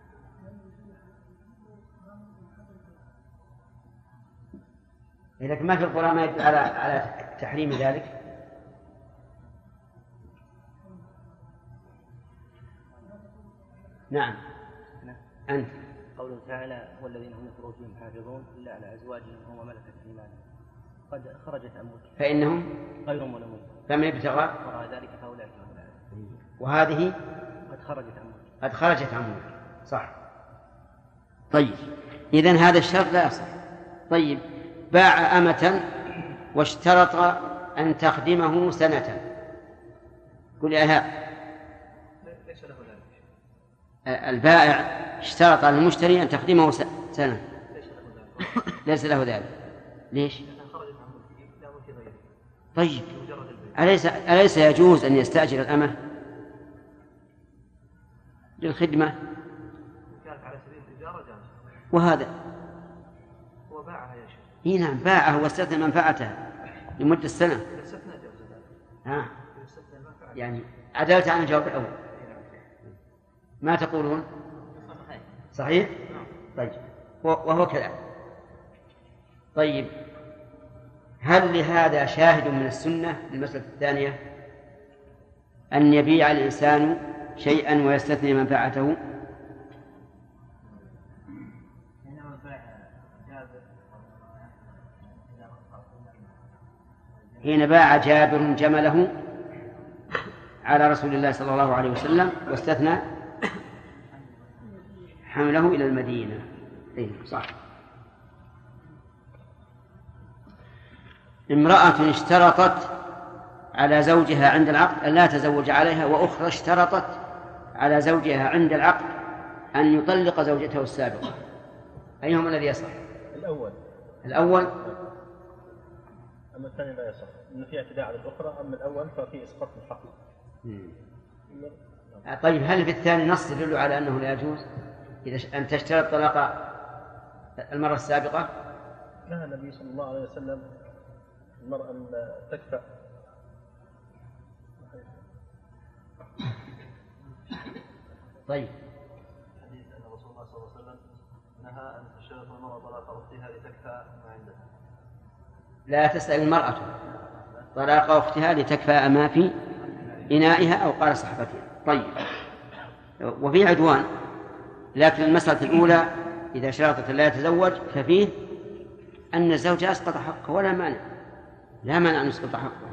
إذا ما في القرآن ما يدل على تحريم ذلك. نعم. أنت. قوله تعالى: والذين هم لفروجهم حافظون إلا على أزواجهم وما ملكت أيمانهم قد خرجت عن ملكهم فإنهم غير ملومين فمن ابتغى وراء ذلك فأولئك هم العادون. وهذه قد خرجت عن ملكهم. قد خرجت عن ملك. صح. طيب، إذن هذا الشرط لا يصح. طيب، باع أمة واشترط أن تخدمه سنة. قل يا إيهاب. البائع اشترط على المشتري أن تخدمه سنة، ليس له ذلك. ليش؟ طيب، أليس يجوز أن يستأجر الأمة للخدمة؟ وهذا هو باعها يا شيخ. إيه نعم، باعه واستثنى منفعتها لمدة سنة. يعني عدلت عن الجواب الأول. ما تقولون؟ صحيح؟ طيب، وهو كذا. طيب، هل لهذا شاهد من السنة المسألة الثانية أن يبيع الإنسان شيئا ويستثني منفعته؟ حين باع جابر جمله على رسول الله صلى الله عليه وسلم واستثنى حمله إلى المدينة. صح. امرأة اشترطت على زوجها عند العقد أن لا تزوج عليها، وأخرى اشترطت على زوجها عند العقد أن يطلق زوجته السابقة، أيهما الذي يصح؟ الأول. أما الثاني لا يصح، إن فيه اعتداء على الأخرى. أما الأول ففيه إسقاط الحق. طيب هل في الثاني نص يدل على أنه لا يجوز إذا أن تشترط طلاق المرة السابقة؟ نهى النبي صلى الله عليه وسلم المرأة أن تكفأ. طيب حديث أن رسول الله صلى الله عليه وسلم نهى أن تشترط المرأة طلاق أختها لتكفأ ما عندها. لا تسأل المرأة طلاق أختها لتكفأ ما في إنائها أو قال صحبتها. طيب، وفي عدوان، لكن المسألة الأولى إذا شرطت لا يتزوج ففيه أن الزوج أسقط حقه ولا مانع، لا مانع أن يسقط حقه.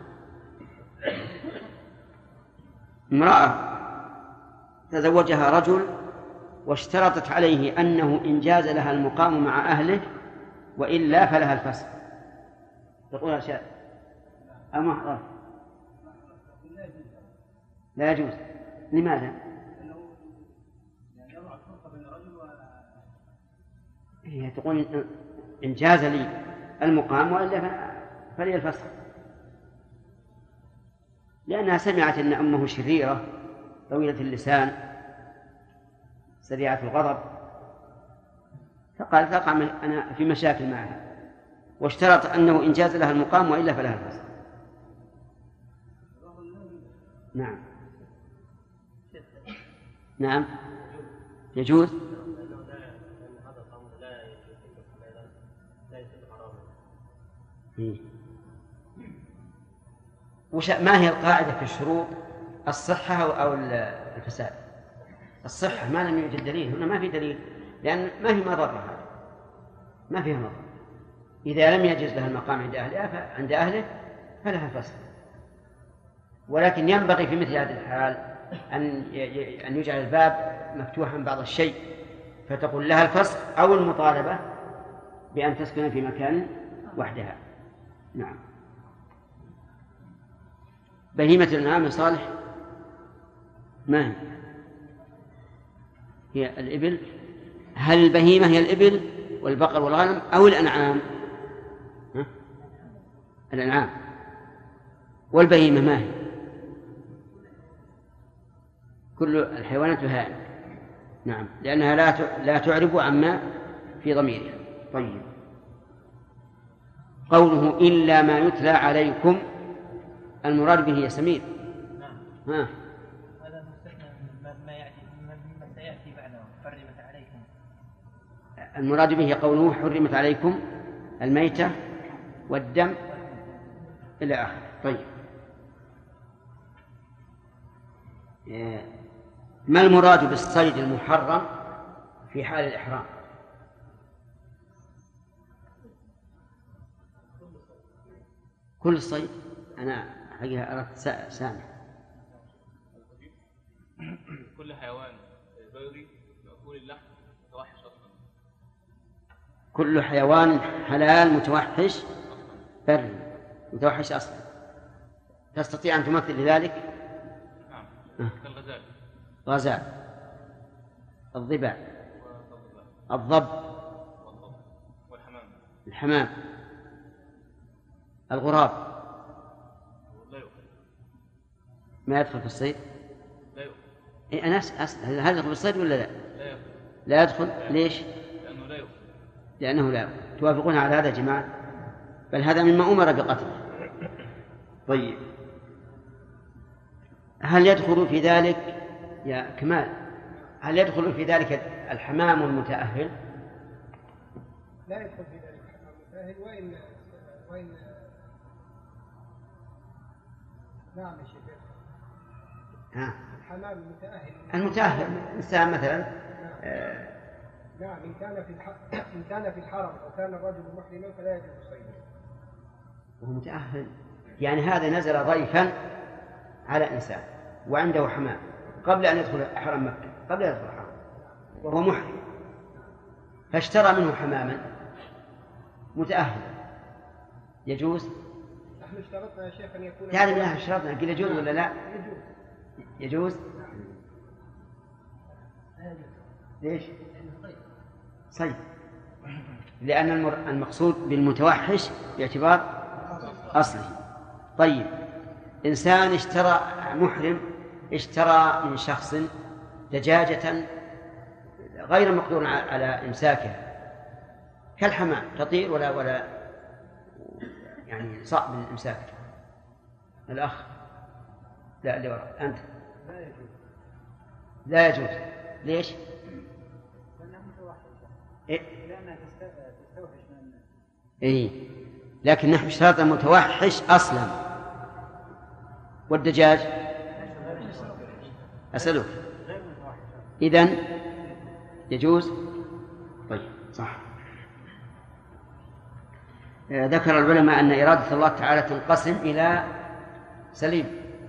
امرأة تزوجها رجل واشترطت عليه أنه إن جاز لها المقام مع أهله وإلا فلها الفسخ، تقول أشياء أما لا يجوز. لماذا؟ هي تقول إن جاز لي المقام وإلا فلي الفسخ، لأنها سمعت أن أمه شريرة طويلة اللسان سريعة الغضب، فقالت أقع أنا في مشاكل معها، واشترط أنه إن جاز لها المقام وإلا فلها الفسخ. نعم يجوز. ما هي القاعدة في الشروط؟ الصحة أو الفساد؟ الصحة ما لم يوجد دليل، هنا ما في دليل، لأن ما في مضرة، ما فيها مضرة. إذا لم يجز لها المقام عند أهله فلها الفسخ، ولكن ينبغي في مثل هذه الحال أن يجعل الباب مفتوحا بعض الشيء، فتقول لها الفسخ أو المطالبة بأن تسكن في مكان وحدها. نعم. بهيمة الأنعام صالح ما هي الإبل؟ هل البهيمة هي الإبل والبقر والغنم أو الأنعام؟ الأنعام. والبهيمة ما هي؟ كل الحيوانات هائمة. نعم، لأنها لا تعرب عما في ضميرها. طيب، قوله إلا ما يتلى عليكم المراد به يسمير. هذا مستثنى ما يأتي مما سيأتي بعده حرمت عليكم. المراد به قوله حرمت عليكم الميتة والدم إلى آخره. طيب، ما المراد بالصيد المحرم في حال الإحرام؟ كل الصيد. أنا حقيقة أردت سامع. كل حيوان بري مأكول اللحم متوحش أصلا. كل حيوان حلال متوحش بري متوحش أصلا. تستطيع أن تمثل لذلك؟ نعم. كالغزال. غزال، الضباع، الضب، والحمام، الحمام، الغراب. لا يؤكل. ما يدخل في الصيد؟ لا يؤكل. إيه أنا هل يدخل في الصيد ولا لا؟ لا يؤكل. لا يدخل. ليش؟ لأنه لا يؤكل. لأنه لا يؤكل. توافقون على هذا يا جماعة؟ بل هذا مما أمر بقتله. طيب، هل يدخل في ذلك يا كمال، هل يدخل في ذلك الحمام المتأهل؟ لا يدخل في ذلك الحمام المتأهل، وإن نعم يا شيخ. ها. الحمام المتأهل. المتأهل إنسان مثلا. نعم إن كان في الحرم وكان الرجل محرما فلا يجوز صيده. وهو متأهل يعني هذا نزل ضيفا على إنسان وعنده حمام قبل أن يدخل حرم مكة، قبل أن يدخل الحرم وهو محرم، فاشترى منه حماما متأهل، يجوز؟ نحن اشترطنا يا شيخ أن يكون تعرف أنها اشترطنا، قل يجوز ولا لا؟ يجوز؟ ليش؟ صيد، لأن المقصود بالمتوحش باعتبار أصله. طيب إنسان اشترى، محرم اشترى من شخص دجاجة غير مقدور على إمساكها كالحمام، تطير ولا يعني صعب الإمساك. الأخ لا اللي وراء أنت لا يجوز. ليش؟ إيه؟ لكن نحن اشترطنا متوحش أصلا، والدجاج أسألك إذن يجوز؟ طيب صح. ذكر العلماء أن إرادة الله تعالى تنقسم إلى سليم.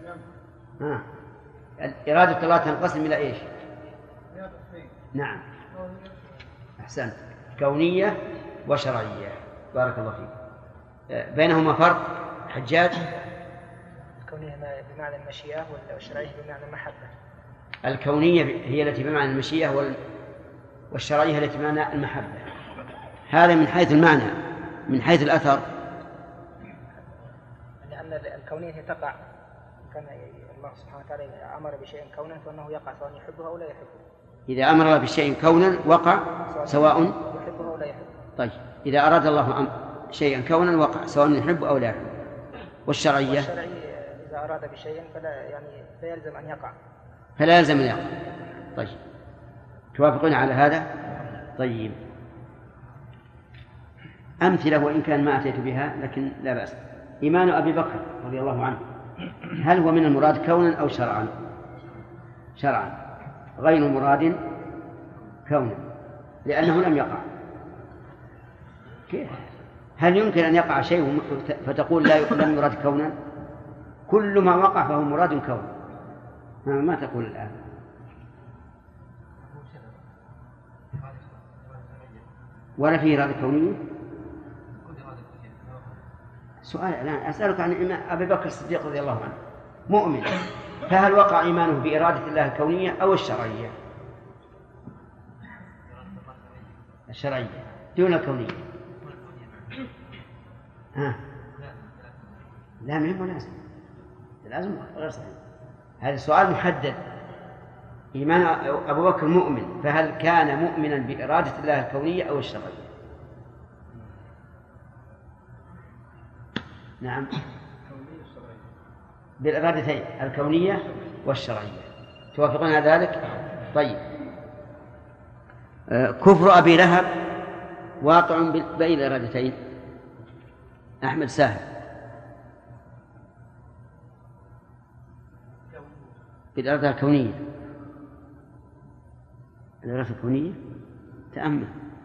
إرادة الله تنقسم إلى إيش؟ نعم أحسنت، كونية وشرعية. بارك الله فيك. بينهما فرق حجاج؟ الكونية بمعنى المشيئة والشرعية بمعنى المحبة. الكونية هي التي بمعنى المشيئة والشرعية التي بمعنى المحبة. هذا من حيث المعنى. من حيث الأثر لأن الكونية هي تقع، كان الله سبحانه وتعالى أمر بشيء كونا فإنه يقع سواء يحبه أو لا يحبه. إذا أمر الله بشيء كونا وقع سواء يحبه أو لا يحبه. طيب إذا أراد الله شيئا كونا وقع سواء يحب أو لا يحب. والشرعية إذا أراد بشيء فلا يلزم أن يقع. فلا يلزم أن يقع. طيب توافقون على هذا؟ طيب أمثلة وإن كان ما أتيت بها لكن لا بأس. إيمان أبي بكر رضي الله عنه هل هو من المراد كونا أو شرعا؟ شرعا غير مراد كونا لأنه لم يقع. كيف؟ هل يمكن أن يقع شيء فتقول لم يراد كونا؟ كل ما وقع فهو مراد كونا. ما تقول الآن؟ ولا فيه إرادة كونية؟ سؤال الآن أسألك عن أبي بكر الصديق رضي الله عنه مؤمن، فهل وقع إيمانه بإرادة الله الكونية أو الشرعية؟ الشرعية دون الكونية. لا مهم لازم، لازم غير صحيح. هذا السؤال محدد. إيمان أبو بكر مؤمن، فهل كان مؤمنا بإرادة الله الكونية أو الشرعية؟ نعم بالإرادتين الكونية والشرعية. توافقون على ذلك؟ طيب كفر أبي لهب واقع بين الإرادتين. أحمد ساهر بالإرادة الكونية. الإرادة الكونية تأمل.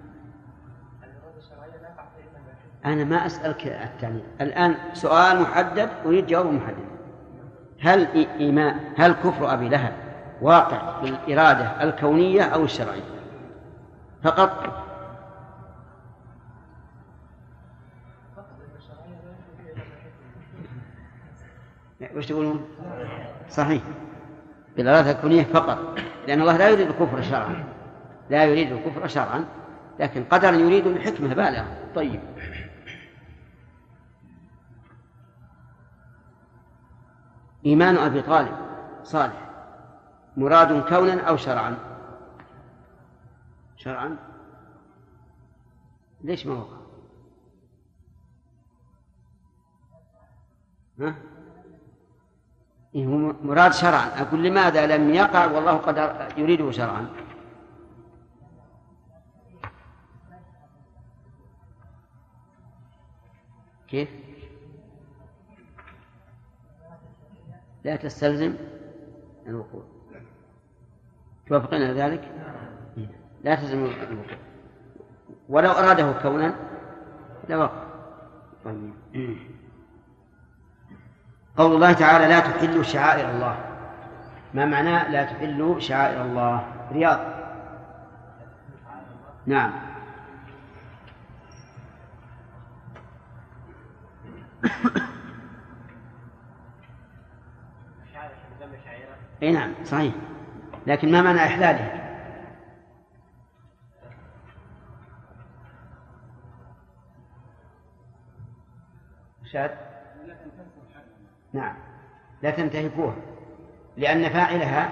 أنا ما أسألك التعليل الآن، سؤال محدد أريد جواب محدد. هل كفر أبي لهب واقع بالإرادة الكونية أو الشرعية فقط؟ وش تقولون؟ صحيح بالإرادة الكونية فقط، لأن الله لا يريد الكفر شرعا، لا يريد الكفر شرعا، لكن قدرا يريد الحكمة بالغة. طيب إيمان أبي طالب صالح مراد كونا أو شرعا؟ شرعا. ليش ما وقع؟ هو مراد شرعا. أقول لماذا لم يقع والله قد يريده شرعا؟ كيف؟ لا تستلزم الوقوع. توافقين على ذلك؟ لا تستلزم الوقوع، ولو أراده كونا لوقع. طيب. قول الله تعالى لا تحلوا شعائر الله، ما معناه لا تحلوا شعائر الله؟ رياض. نعم. اي نعم صحيح، لكن ما معنى إحلالها؟ شاد. نعم لا تنتهكوها، لأن فاعلها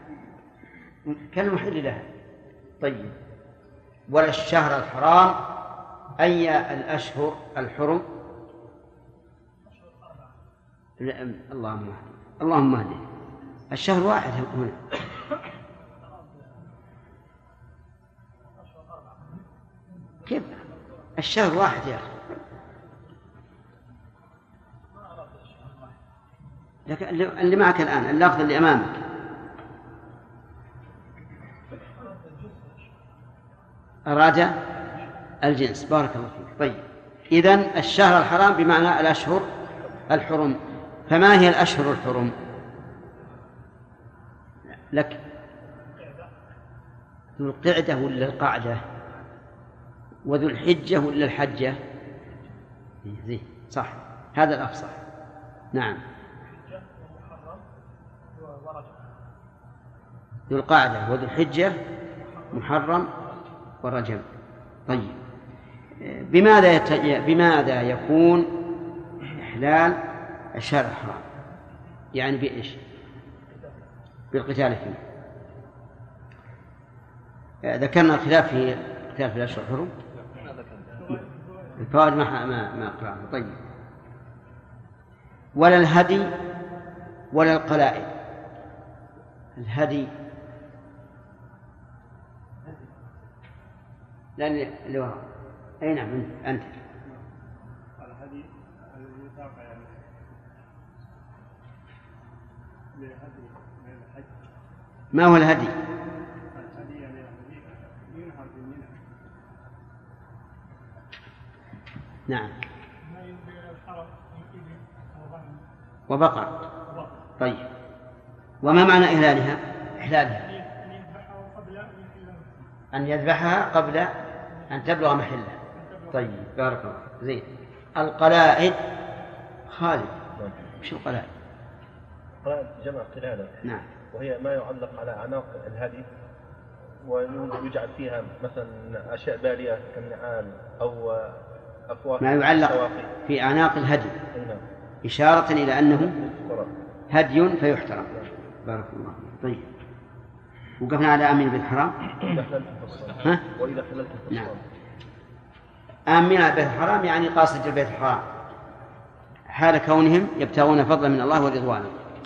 كالمحل لها. طيب. ولا الشهر الحرام أي الأشهر الحرم؟ اللهم اهدي. الشهر واحد هنا. كيف الشهر واحد يا أخي؟ لكن اللي معك الآن اللفظ اللي أمامك أراد الجنس. بارك الله فيك. طيب إذن الشهر الحرام بمعنى الأشهر الحرم. فما هي الأشهر الحرم لك؟ ذو القعدة ولا القعدة؟ وذو الحجة ولا الحجة؟ صح، هذا الأفصح. نعم. ذو القعدة وذو الحجة محرم ورجب. طيب بماذا يكون إحلال الشهر الحرام؟ يعني بإيش؟ بالقتال فيه. ذكرنا الخلاف في القتال في الأشهر الحرم. الفوائد ما أقرأه. طيب. ولا الهدي ولا القلائد. الهدي لأن اللي وراء. أي نعم أنت. الهدي الذي يتابع يعني الحج. ما هو الهدي؟ الهدي يعني ينهر بالمنى. نعم. ما ينبغي الحرم وبقر. طيب. وما معنى إهلالها؟ أن يذبحها قبل أن تبلغ محله. طيب بارك الله. زين. القلائد خالد. شو القلائد؟ القلائد جمع قلادة. نعم. وهي ما يعلق على أعناق الهدي ويجعل فيها مثلا أشياء بالية كالنعال أو أفواه. ما يعلق في أعناق الهدي. إشارة إلى أنه هدي فيحترم. بارك الله. طيب. وقفنا على آمين بالحرام. ها؟ وإذا حللت نعم. آمين بالبيت الحرام يعني قاصد البيت الحرام حال كونهم يبتغون فضلا من الله ورضوانه.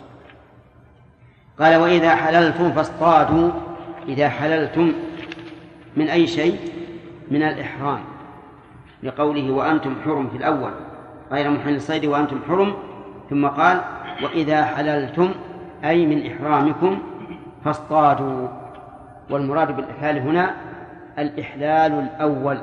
قال وإذا حللتم فاصطادوا. إذا حللتم من أي شيء؟ من الإحرام، لقوله وأنتم حرم في الأول غير محل الصيد وأنتم حرم، ثم قال وإذا حللتم أي من إحرامكم فاصطادوا. والمراد بالإحلال هنا الإحلال الأول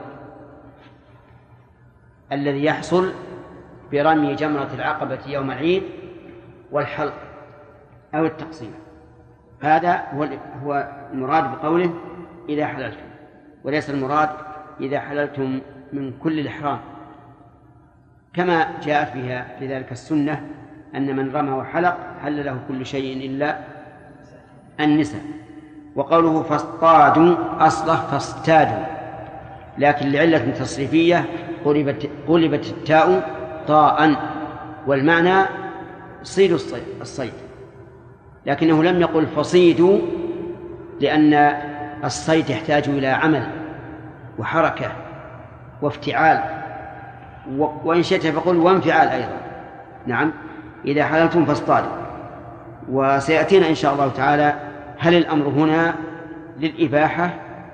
الذي يحصل برمي جمرة العقبة يوم العيد والحلق أو التقصير. هذا هو المراد بقوله إذا حللتم، وليس المراد إذا حللتم من كل الإحرام، كما جاءت بها في ذلك السنة أن من رمى وحلق حل له كل شيء إلا النساء. وقوله فاصطادوا أصله فاصطادوا، لكن لعلة تصريفية قلبت التاء طاء، والمعنى صيد الصيد، لكنه لم يقل فصيدوا، لأن الصيد يحتاج إلى عمل وحركة وافتعال، وإن شئت فقل وانفعال أيضا. نعم. إذا حللتم فاصطادوا. وسيأتينا إن شاء الله تعالى هل الأمر هنا للإباحة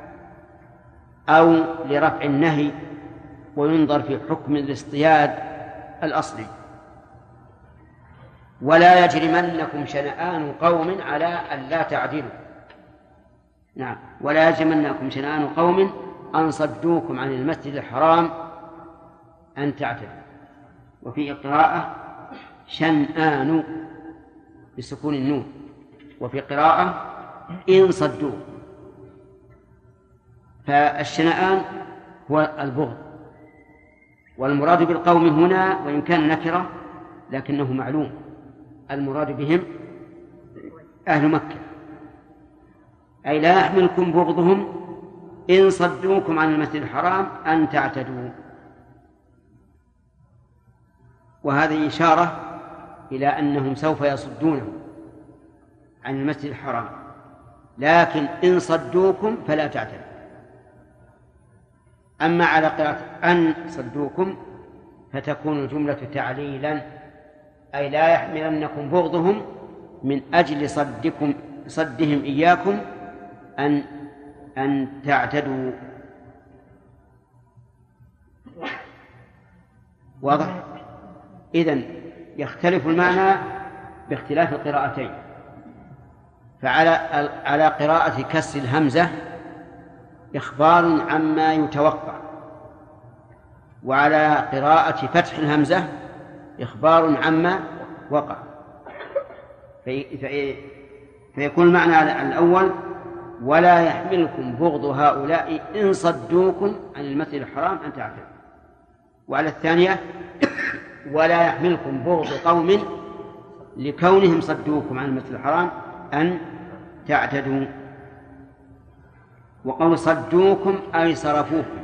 أو لرفع النهي، وينظر في حكم الاصطياد الأصلي. ولا يجرمنكم شنآن قوم على أن لا تعدلوا. نعم، ولا يجرمنكم شنآن قوم أن صدوكم عن المسجد الحرام أن تعتدوا. وفي قراءة شنآن بسكون النون، وفي قراءة إن صدوه. فالشنآن هو البغض، والمراد بالقوم هنا وإن كان نكرة لكنه معلوم، المراد بهم أهل مكة، أي لا يحملكم بغضهم إن صدوكم عن المسجد الحرام أن تعتدوا. وهذه إشارة إلى أنهم سوف يصدونهم عن المسجد الحرام، لكن إن صدوكم فلا تعتدوا. أما على قراءة أن صدوكم فتكون الجملة تعليلا، أي لا يحملنكم بغضهم من أجل صدهم إياكم أن تعتدوا. واضح؟ إذن يختلف المعنى باختلاف القراءتين. فعلى قراءة كسر الهمزة إخبار عما يتوقع، وعلى قراءة فتح الهمزة إخبار عما وقع. فيكون المعنى الأول ولا يحملكم بغض هؤلاء إن صدوكم عن المسجد الحرام أن تعتدوا، وعلى الثانية ولا يحملكم بغض قوم لكونهم صدوكم عن المسجد الحرام أن تعتدوا. وقول صدوكم أي صرفوكم،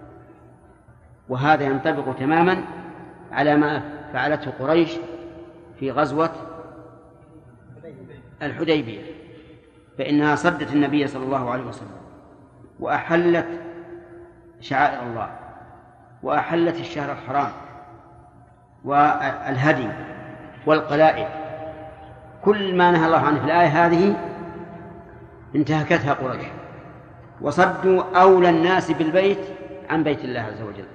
وهذا ينطبق تماما على ما فعلته قريش في غزوة الحديبية، فإنها صدت النبي صلى الله عليه وسلم وأحلت شعائر الله وأحلت الشهر الحرام والهدي والقلائد، كل ما نهى الله عنه في الآية هذه انتهكتها قريش، وصدوا أولى الناس بالبيت عن بيت الله عز وجل.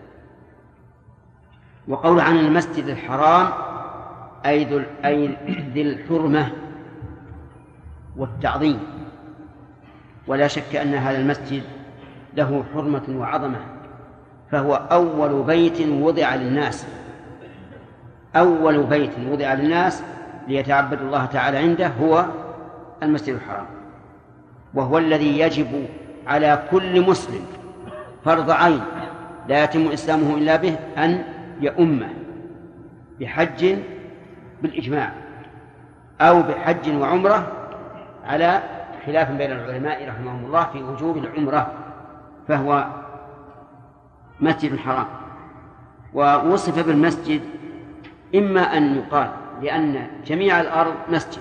وقول عن المسجد الحرام أي ذي الحرمة والتعظيم، ولا شك أن هذا المسجد له حرمة وعظمة، فهو أول بيت وضع للناس، أول بيت وضع للناس ليتعبدوا الله تعالى عنده هو المسجد الحرام، وهو الذي يجب على كل مسلم فرض عين لا يتم إسلامه إلا به أن يؤمه بحج بالإجماع أو بحج وعمرة، على خلاف بين العلماء رحمهم الله في وجوب العمرة، فهو مسجد حرام. ووصف بالمسجد إما أن يقال لأن جميع الأرض مسجد،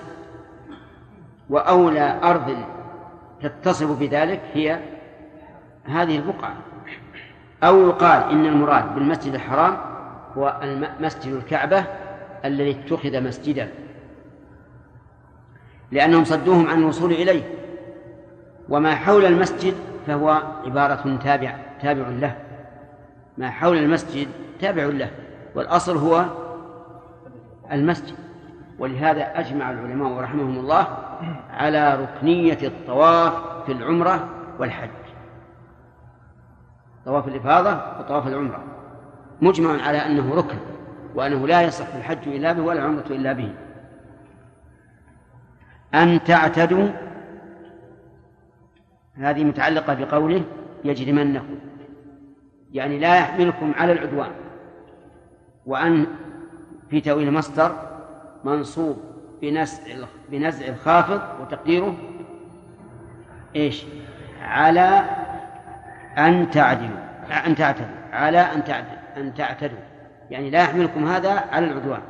وأولى أرض تتصف بذلك هي هذه البقعة، أو يقال إن المراد بالمسجد الحرام هو مسجد الكعبة الذي اتخذ مسجدا، لأنهم صدوهم عن الوصول إليه، وما حول المسجد فهو عبارة تابع له، ما حول المسجد تابع له، والأصل هو المسجد. ولهذا أجمع العلماء رحمهم الله على ركنية الطواف في العمرة والحج، طواف الإفاضة وطواف العمرة مجمع على أنه ركن، وأنه لا يصح الحج إلا به ولا العمرة إلا به. أن تعتدوا هذه متعلقة بقوله يجرمنكم، يعني لا يحملكم على العدوان. وأن في تأويل مصدر منصوب بنزع الخافض، وتقديره إيش؟ على أن تعدلوا، على أن تعتدوا، يعني لا يحملكم هذا على العدوان.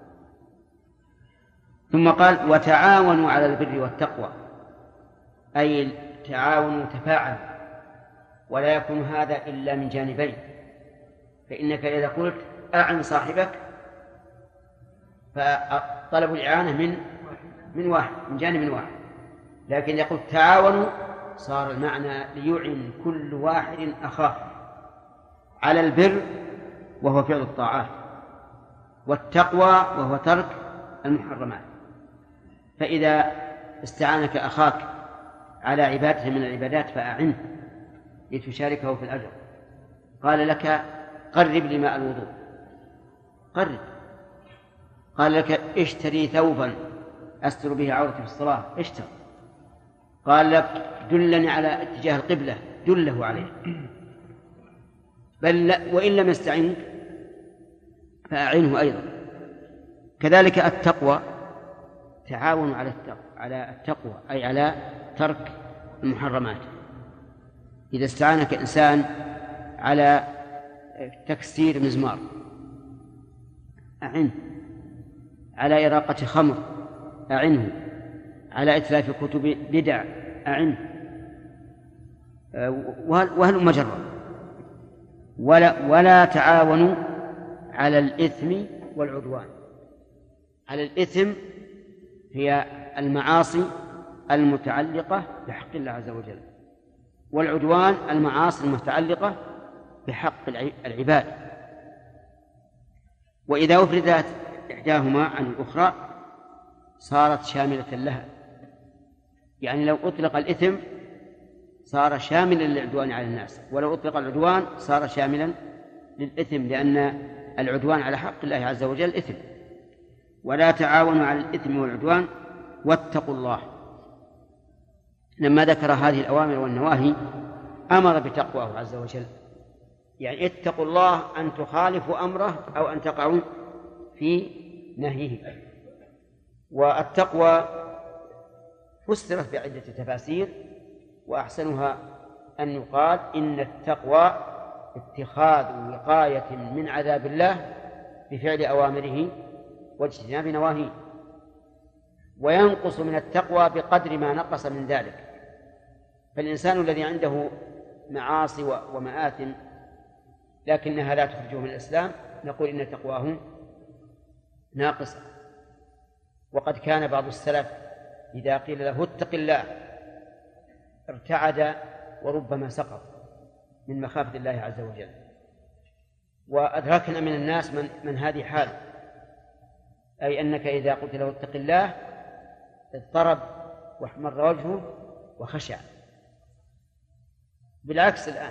ثم قال وتعاونوا على البر والتقوى، أي تعاونوا تفاعلوا، ولا يكون هذا إلا من جانبين، فإنك إذا قلت أعن صاحبك فطلب الإعانة من جانب واحد، لكن إذا قلت تعاونوا صار المعنى ليعن كل واحد أخاه على البر وهو فعل الطاعات، والتقوى وهو ترك المحرمات. فإذا استعانك أخاك على عبادة من العبادات فأعنه لتشاركه في الأجر. قال لك قرب لي ماء الوضوء، قرب. قال لك اشتري ثوبا أستر به عورتي في الصلاة، اشتر. قال لك دلني على اتجاه القبلة، دله عليه. بل وإن لم يستعنك فأعنه أيضا. كذلك التقوى، تعاون على التقوى أي على ترك المحرمات. إذا استعانك إنسان على تكسير مزمار أعنه، على إراقة خمر أعنه، على إتلاف كتب بدع أعنه، وهل مجرد. ولا تعاونوا على الإثم والعدوان. على الإثم هي المعاصي المتعلقة بحق الله عز وجل، والعدوان المعاصي المتعلقة بحق العباد. وإذا أفردت إحداهما عن الأخرى صارت شاملة لها. يعني لو أطلق الإثم صار شاملا للعدوان على الناس، ولو أطلق العدوان صار شاملا للإثم، لأن العدوان على حق الله عز وجل إثم. ولا تعاونوا على الإثم والعدوان واتقوا الله. لما ذكر هذه الأوامر والنواهي أمر بتقواه عز وجل، يعني اتقوا الله أن تخالفوا أمره أو أن تقعوا في نهيه. والتقوى فسرت بعدة تفاسير، وأحسنها أن يقال إن التقوى اتخاذ وقاية من عذاب الله بفعل أوامره واجتناب نواهيه. وينقص من التقوى بقدر ما نقص من ذلك. فالإنسان الذي عنده معاصي ومآثم لكنها لا تخرجه من الإسلام نقول إن تقواه ناقصة. وقد كان بعض السلف إذا قيل له اتق الله ارتعد وربما سقط من مخافة الله عز وجل. وأدركنا من الناس من هذه حال، أي أنك إذا قلت له اتق الله اضطرب واحمر وجهه وخشع. بالعكس الآن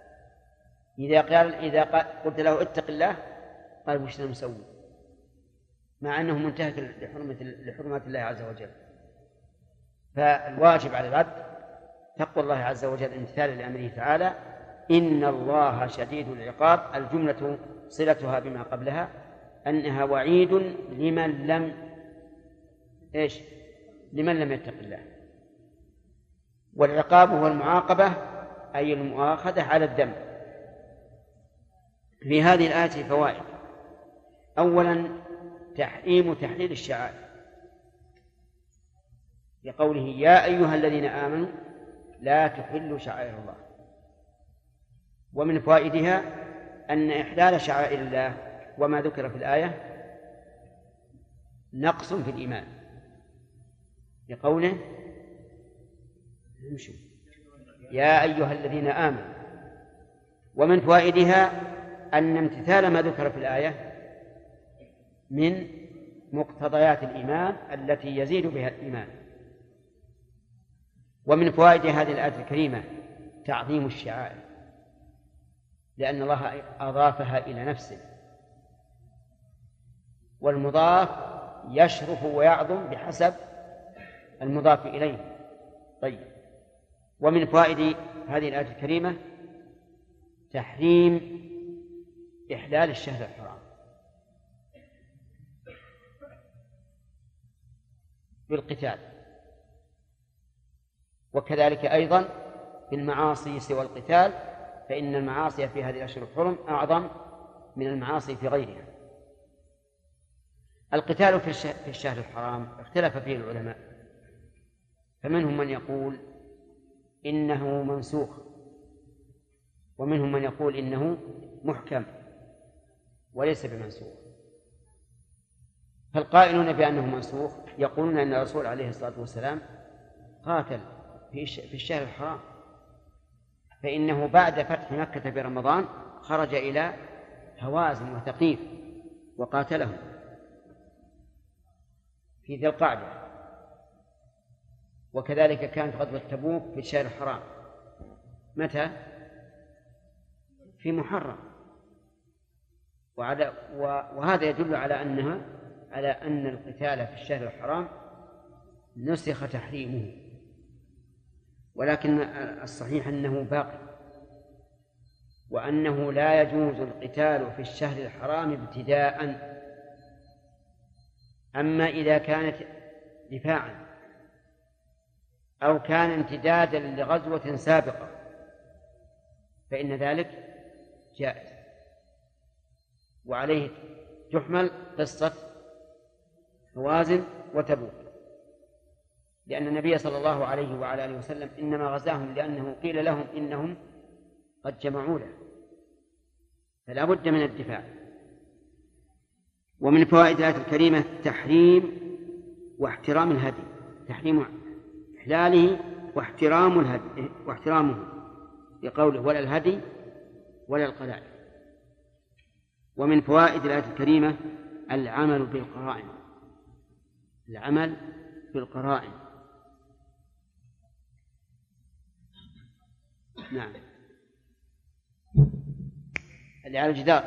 إذا قلت له اتق الله قال وش نسوي، مع أنه منتهك لحرمات الله عز وجل. فالواجب على العبد تقوى الله عز وجل امتثالا لأمره تعالى. إن الله شديد العقاب، الجملة صلتها بما قبلها أنها وعيد لمن لم يتق الله. والعقاب هو المعاقبة أي المؤاخذة على الذنب. في هذه الآية فوائد. أولا تحريم تحليل الشعائر لقوله يا أيها الذين آمنوا لا تحلوا شعائر الله. ومن فوائدها أن إحلال شعائر الله وما ذكر في الآية نقص في الإيمان لقوله يا أيها الذين آمنوا. ومن فوائدها أن امتثال ما ذكر في الآية من مقتضيات الإيمان التي يزيد بها الإيمان. ومن فوائد هذه الآية الكريمة تعظيم الشعائر، لأن الله أضافها إلى نفسه، والمضاف يشرف ويعظم بحسب المضاف إليه. طيب، ومن فوائد هذه الآية الكريمة تحريم إحلال الشهر الحرام بالقتال، وكذلك أيضا بالمعاصي سوى القتال، فإن المعاصي في هذه الأشهر الحرم أعظم من المعاصي في غيرها. القتال في الشهر الحرام اختلف فيه العلماء، فمنهم من يقول إنه منسوخ، ومنهم من يقول إنه محكم وليس بمنسوخ. فالقائلون بأنه منسوخ يقولون أن الرسول عليه الصلاة والسلام قاتل في الشهر الحرام، فإنه بعد فتح مكة في رمضان خرج إلى هوازن وثقيف وقاتلهم. في ذي القعدة، وكذلك كانت غزوة تبوك في الشهر الحرام. متى؟ في محرم. وهذا يدل على أن القتال في الشهر الحرام نسخ تحريمه، ولكن الصحيح أنه باقي، وأنه لا يجوز القتال في الشهر الحرام ابتداء. أما إذا كانت دفاعا أو كان امتدادا لغزوة سابقة فإن ذلك جائز، وعليه تحمل قصة هوازن وتبوك، لأن النبي صلى الله عليه وعلى آله وسلم إنما غزاهم لأنه قيل لهم إنهم قد جمعوا له، فلا بد من الدفاع. ومن فوائد الآية الكريمة تحريم واحترام الهدي، تحريم إحلاله واحترامه لقوله ولا الهدي ولا القلائد. ومن فوائد الآية الكريمة العمل بالقرائن، العمل بالقرائن. نعم، اللي على الجدار.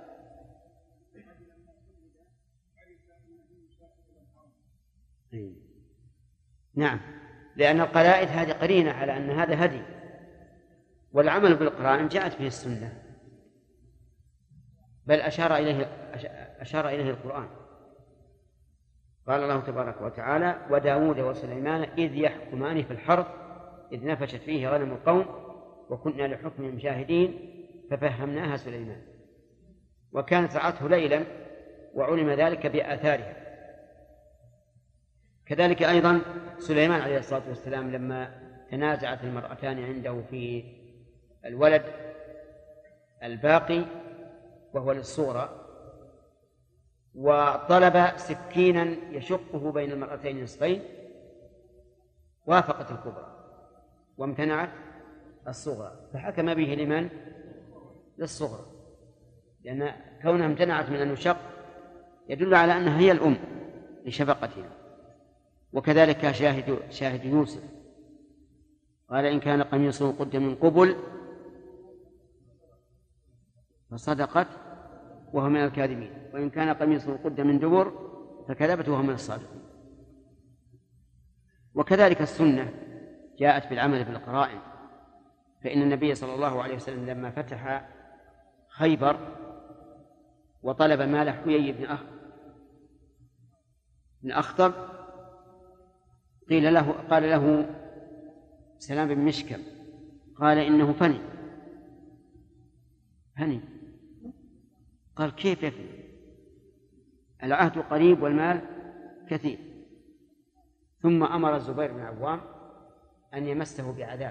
نعم، لأن القلائد هذه قرينة على أن هذا هدي، والعمل بالقرائن جاءت به السنة، بل أشار إليه القرآن. قال الله تبارك وتعالى وداود وسليمان إذ يحكمان في الحرث إذ نفشت فيه غنم القوم وكنا لحكمهم شاهدين ففهمناها سليمان وكانت رعته ليلا وعلم ذلك بآثارها. كذلك أيضا سليمان عليه الصلاة والسلام لما تنازعت المرأتان عنده في الولد الباقي وهو للصغرى، وطلب سكينا يشقه بين المرأتين نصفين، وافقت الكبرى وامتنعت الصغرى، فحكم به لمن؟ للصغرى، لأن كونها امتنعت من أن يشق يدل على أنها هي الأم لشفقتها. وكذلك شاهد يوسف قال إن كان قميصه قد من قبل فصدقت وهو من الكاذبين وإن كان قميصه قد من دبر فكذبت وهو من الصادقين. وكذلك السنة جاءت بالعمل بالقرائن، فإن النبي صلى الله عليه وسلم لما فتح خيبر وطلب مال حيي بن أخطب قال له سلام بن مشكم قال إنه فني. قال كيف يفني؟ العهد قريب والمال كثير. ثم أمر الزبير بن عوام أن يمسه بعذاب.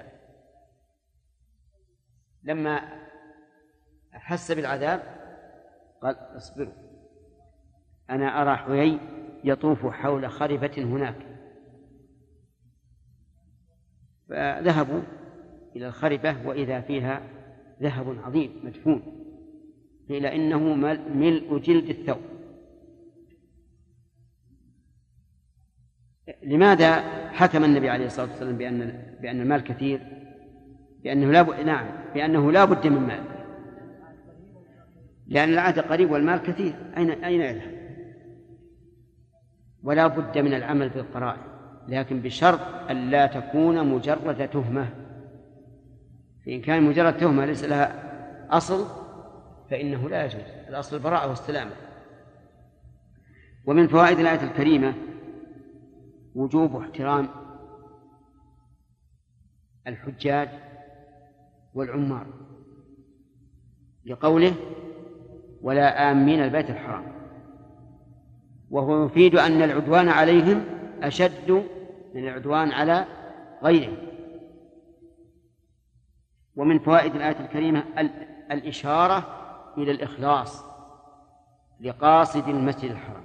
لما أحس بالعذاب قال اصبروا أنا أرى حيي يطوف حول خربة هناك. فذهبوا إلى الخربة وإذا فيها ذهب عظيم مدفون، قيل إنه ملء جلد الثوب. لماذا حكم النبي عليه الصلاة والسلام بأن المال كثير؟ بأنه لا بد من مال، لأن العهد قريب والمال كثير، أين يذهب؟ ولا بد من العمل بالقرائن، لكن بشرط أن لا تكون مجرد تهمة. فإن كان مجرد تهمة ليس لها أصل فإنه لا يجوز، الأصل البراءة والسلامة. ومن فوائد الآية الكريمة وجوب احترام الحجاج والعمار لقوله ولا آمين البيت الحرام، وهو يفيد أن العدوان عليهم أشد من العدوان على غيرهم. ومن فوائد الآية الكريمة الإشارة إلى الإخلاص لقاصد المسجد الحرام.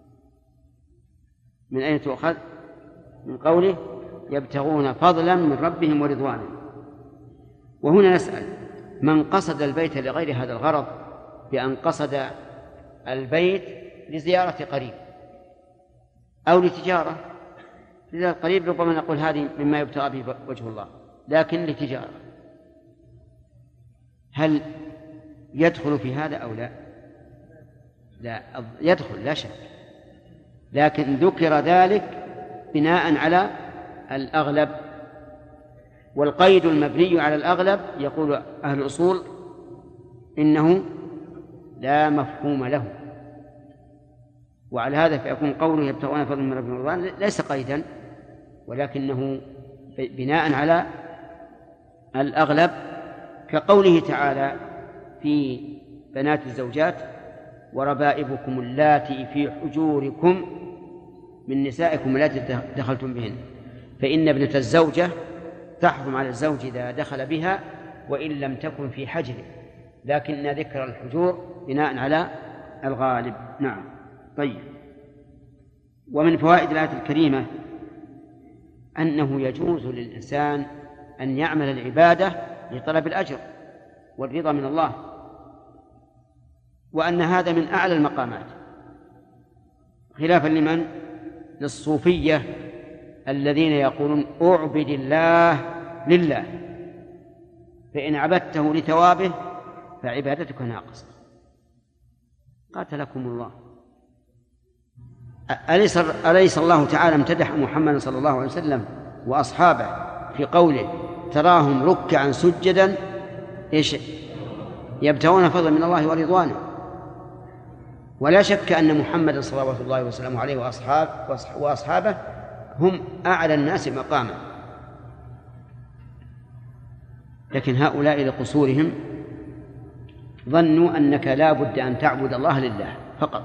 من أين تؤخذ؟ من قوله يبتغون فضلا من ربهم ورضوانا. وهنا نسأل من قصد البيت لغير هذا الغرض بأن قصد البيت لزيارة قريب أو لتجارة. لذا قريب ربما نقول هذه مما يبتغى به وجه الله، لكن لتجارة. هل يدخل في هذا أو لا؟ لا يدخل لا شك، لكن ذكر ذلك بناء على الأغلب، والقيد المبني على الأغلب يقول أهل الأصول إنه لا مفهوم له، وعلى هذا فيكون قوله يبتغون فضلا من ربهم ورضوانا ليس قيدا، ولكنه بناء على الأغلب، كقوله تعالى في بنات الزوجات: وربائبكم اللاتي في حجوركم من نسائكم اللاتي دخلتم بهن، فإن ابنة الزوجة تحرم على الزوج إذا دخل بها وإن لم تكن في حجره، لكن ذكر الحجور بناء على الغالب. نعم. طيب. ومن فوائد الآية الكريمة أنه يجوز للإنسان أن يعمل العبادة لطلب الأجر والرضا من الله، وأن هذا من أعلى المقامات، خلافا لمن؟ للصوفية الذين يقولون أعبد الله لله، فإن عبدته لثوابه فعبادتك ناقصة. قاتلكم الله. أليس الله تعالى امتدح محمد صلى الله عليه وسلم وأصحابه في قوله: تراهم ركعا سجدا يبتغون فضلا من الله ورضوانه؟ ولا شك أن محمد صلوات الله وسلامه عليه وأصحابه هم أعلى الناس مقاما، لكن هؤلاء لقصورهم ظنوا أنك لا بد أن تعبد الله لله فقط،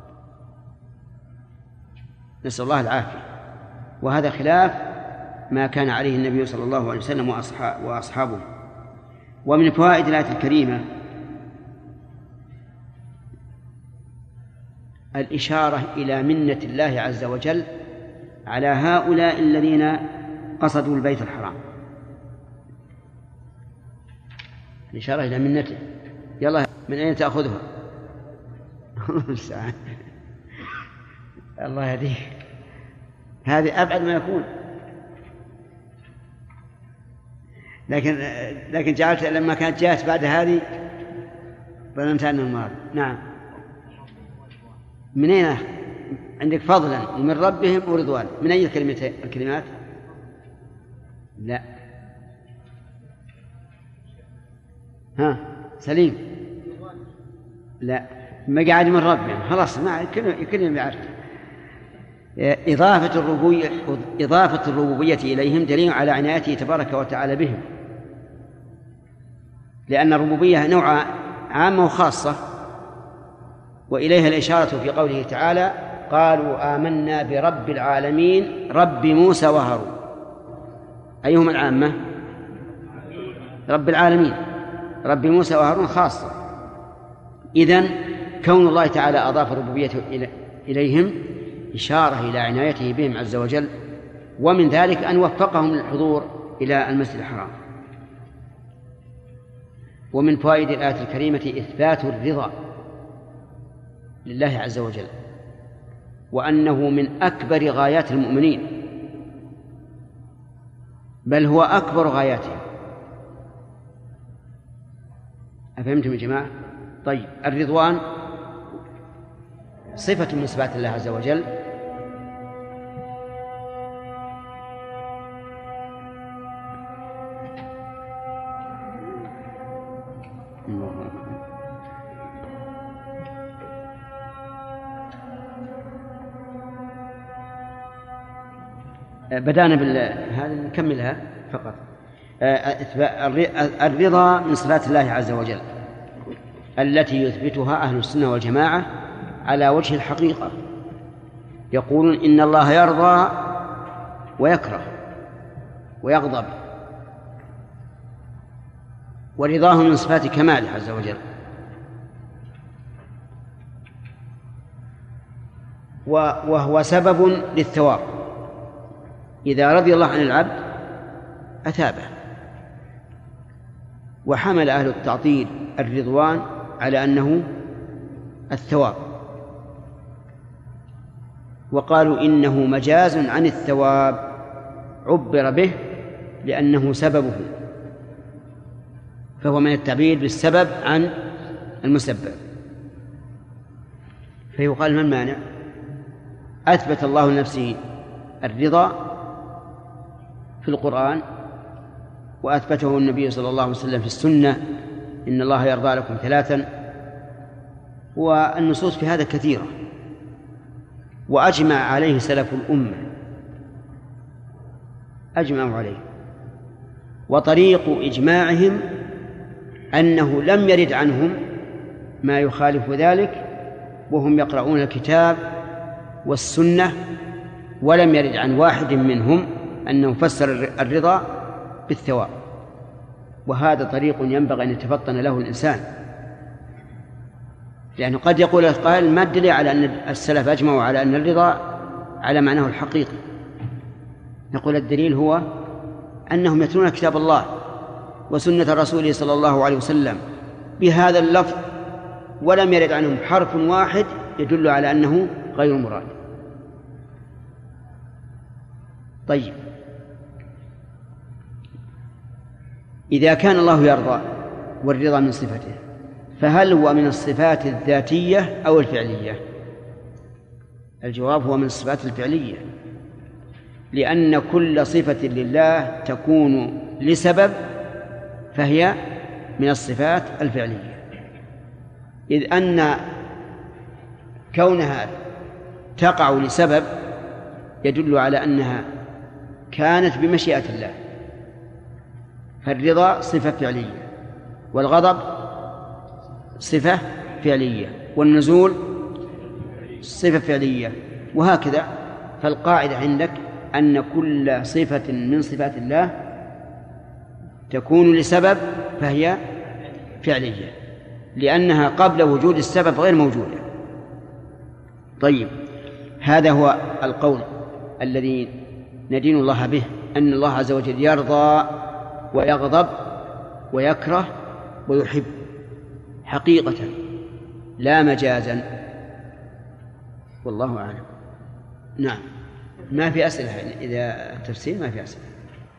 نسأل الله العافية. وهذا خلاف ما كان عليه النبي صلى الله عليه وسلم وأصحابه. ومن فوائد الآية الكريمة الإشارة إلى منة الله عز وجل على هؤلاء الذين قصدوا البيت الحرام، الإشارة إلى منته. يلا، من أين تأخذها؟ الله يهديك، هذه أبعد ما يكون. لكن جعلت لما كانت جاءت بعد هذه ظننت أنه المراد. نعم. من أين عندك؟ فضلا ومن ربهم ورضوان. من أي الكلمات؟ لا. ها سليم؟ لا، مقعد من ربهم خلاص، ما كلهم يعرف. إضافة الربوبية إليهم دليل على عنايته تبارك وتعالى بهم، لأن الربوبية نوع عامة وخاصة، وإليها الإشارة في قوله تعالى: قالوا آمنا برب العالمين رب موسى وهارون. أيهما العامة؟ رب العالمين، رب موسى وهارون خاصة. إذن كون الله تعالى أضاف الربوبية إليهم إشارة إلى عنايته بهم عز وجل، ومن ذلك أن وفقهم للحضور إلى المسجد الحرام. ومن فوائد الآية الكريمة إثبات الرضا لله عز وجل، وأنه من أكبر غايات المؤمنين، بل هو أكبر غاياتهم. أفهمتم يا جماعة؟ طيب، الرضوان صفة من صفات الله عز وجل، بدأنا هذا نكملها فقط. الرضا من صفات الله عز وجل التي يثبتها أهل السنة والجماعة على وجه الحقيقة. يقولون إن الله يرضى ويكره ويغضب، ورضاه من صفات كماله عز وجل. وهو سبب للثواب، إذا رضي الله عن العبد أثابه. وحمل أهل التعطيل الرضوان على أنه الثواب، وقالوا إنه مجاز عن الثواب عبر به لأنه سببه، فهو من التعبير بالسبب عن المسبب. فيقال ما المانع؟ أثبت الله لنفسه الرضا في القرآن، وأثبته النبي صلى الله عليه وسلم في السنة: إن الله يرضى لكم 3. والنصوص في هذا كثيرة، وأجمع عليه سلف الأمة، أجمعوا عليه. وطريق إجماعهم أنه لم يرد عنهم ما يخالف ذلك وهم يقرؤون الكتاب والسنة، ولم يرد عن واحد منهم أنه فسر الرضا بالثواب. وهذا طريق ينبغي أن يتفطن له الإنسان، لأنه قد يقول القائل: ما الدليل على أن السلف أجمعوا على أن الرضا على معناه الحقيقي؟ نقول الدليل هو أنهم يتلون كتاب الله وسنة رسوله صلى الله عليه وسلم بهذا اللفظ، ولم يرد عنهم حرف واحد يدل على أنه غير مراد. طيب، إذا كان الله يرضى والرضا من صفته، فهل هو من الصفات الذاتية أو الفعلية؟ الجواب هو من الصفات الفعلية، لأن كل صفة لله تكون لسبب فهي من الصفات الفعلية، إذ أن كونها تقع لسبب يدل على أنها كانت بمشيئة الله. فالرضا صفة فعلية، والغضب صفة فعلية، والنزول صفة فعلية، وهكذا. فالقاعدة عندك أن كل صفة من صفات الله تكون لسبب فهي فعلية، لأنها قبل وجود السبب غير موجودة. طيب، هذا هو القول الذي ندين الله به، أن الله عز وجل يرضى ويغضب ويكره ويحب حقيقة لا مجازا، والله أعلم. نعم، ما في أسئلة إذا التفسير ما في أسئلة.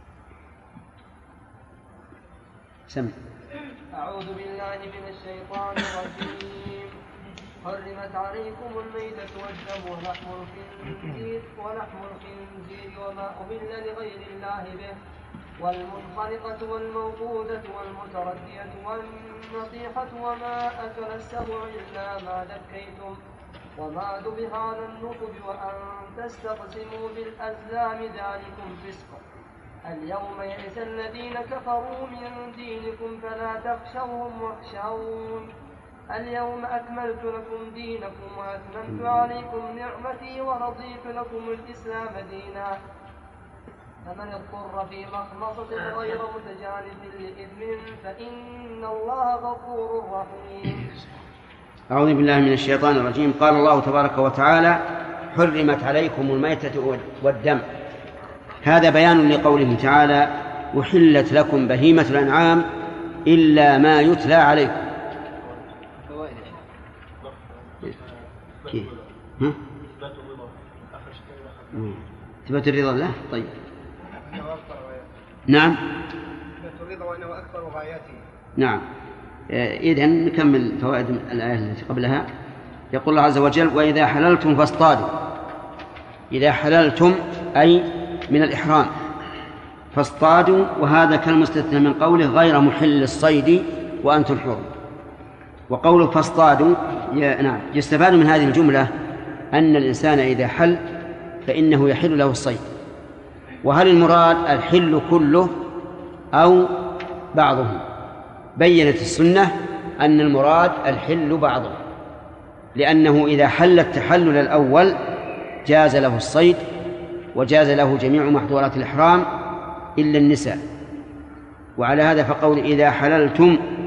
سمع. أعوذ بالله من الشيطان الرجيم. حرمت عليكم الميتة والدم ولحم الخنزير وما أهل لغير الله به، والمنخنقة والموقوذة والمتردية والنطيحة وما أكل السبع إلا ما ذكيتم وما ذبح على النصب وأن تستقسموا بالأزلام ذلكم فسق. اليوم يئس الذين كفروا من دينكم فلا تخشوهم واخشون. اليوم أكملت لكم دينكم وأتممت عليكم نعمتي ورضيت لكم الإسلام دينا. فمن اضطر في مخمصة غير متجانف لإثم فإن الله غفور رحيم. أعوذ بالله من الشيطان الرجيم. قال الله تبارك وتعالى: حرمت عليكم الميتة والدم. هذا بيان لقوله تعالى: أحلت لكم بهيمة الأنعام إلا ما يتلى عليكم. ثبت الرضا له. طيب، نعم، ثبت الرضا وأنه أكبر غاياته. نعم. إذن نكمل فوائد الآية التي قبلها. يقول الله عز وجل: وإذا حللتم فاصطادوا. إذا حللتم أي من الإحرام فاصطادوا، وهذا كالمستثنى من قوله: غير محل الصيد وأنتم حرم. وقوله فاصطادوا نعم يستفاد من هذه الجملة أن الإنسان إذا حل فإنه يحل له الصيد. وهل المراد الحل كله أو بعضه؟ بيّنت السنة أن المراد الحل بعضه، لأنه إذا حل التحلل الأول جاز له الصيد وجاز له جميع محظورات الإحرام إلا النساء. وعلى هذا فقول إذا حللتم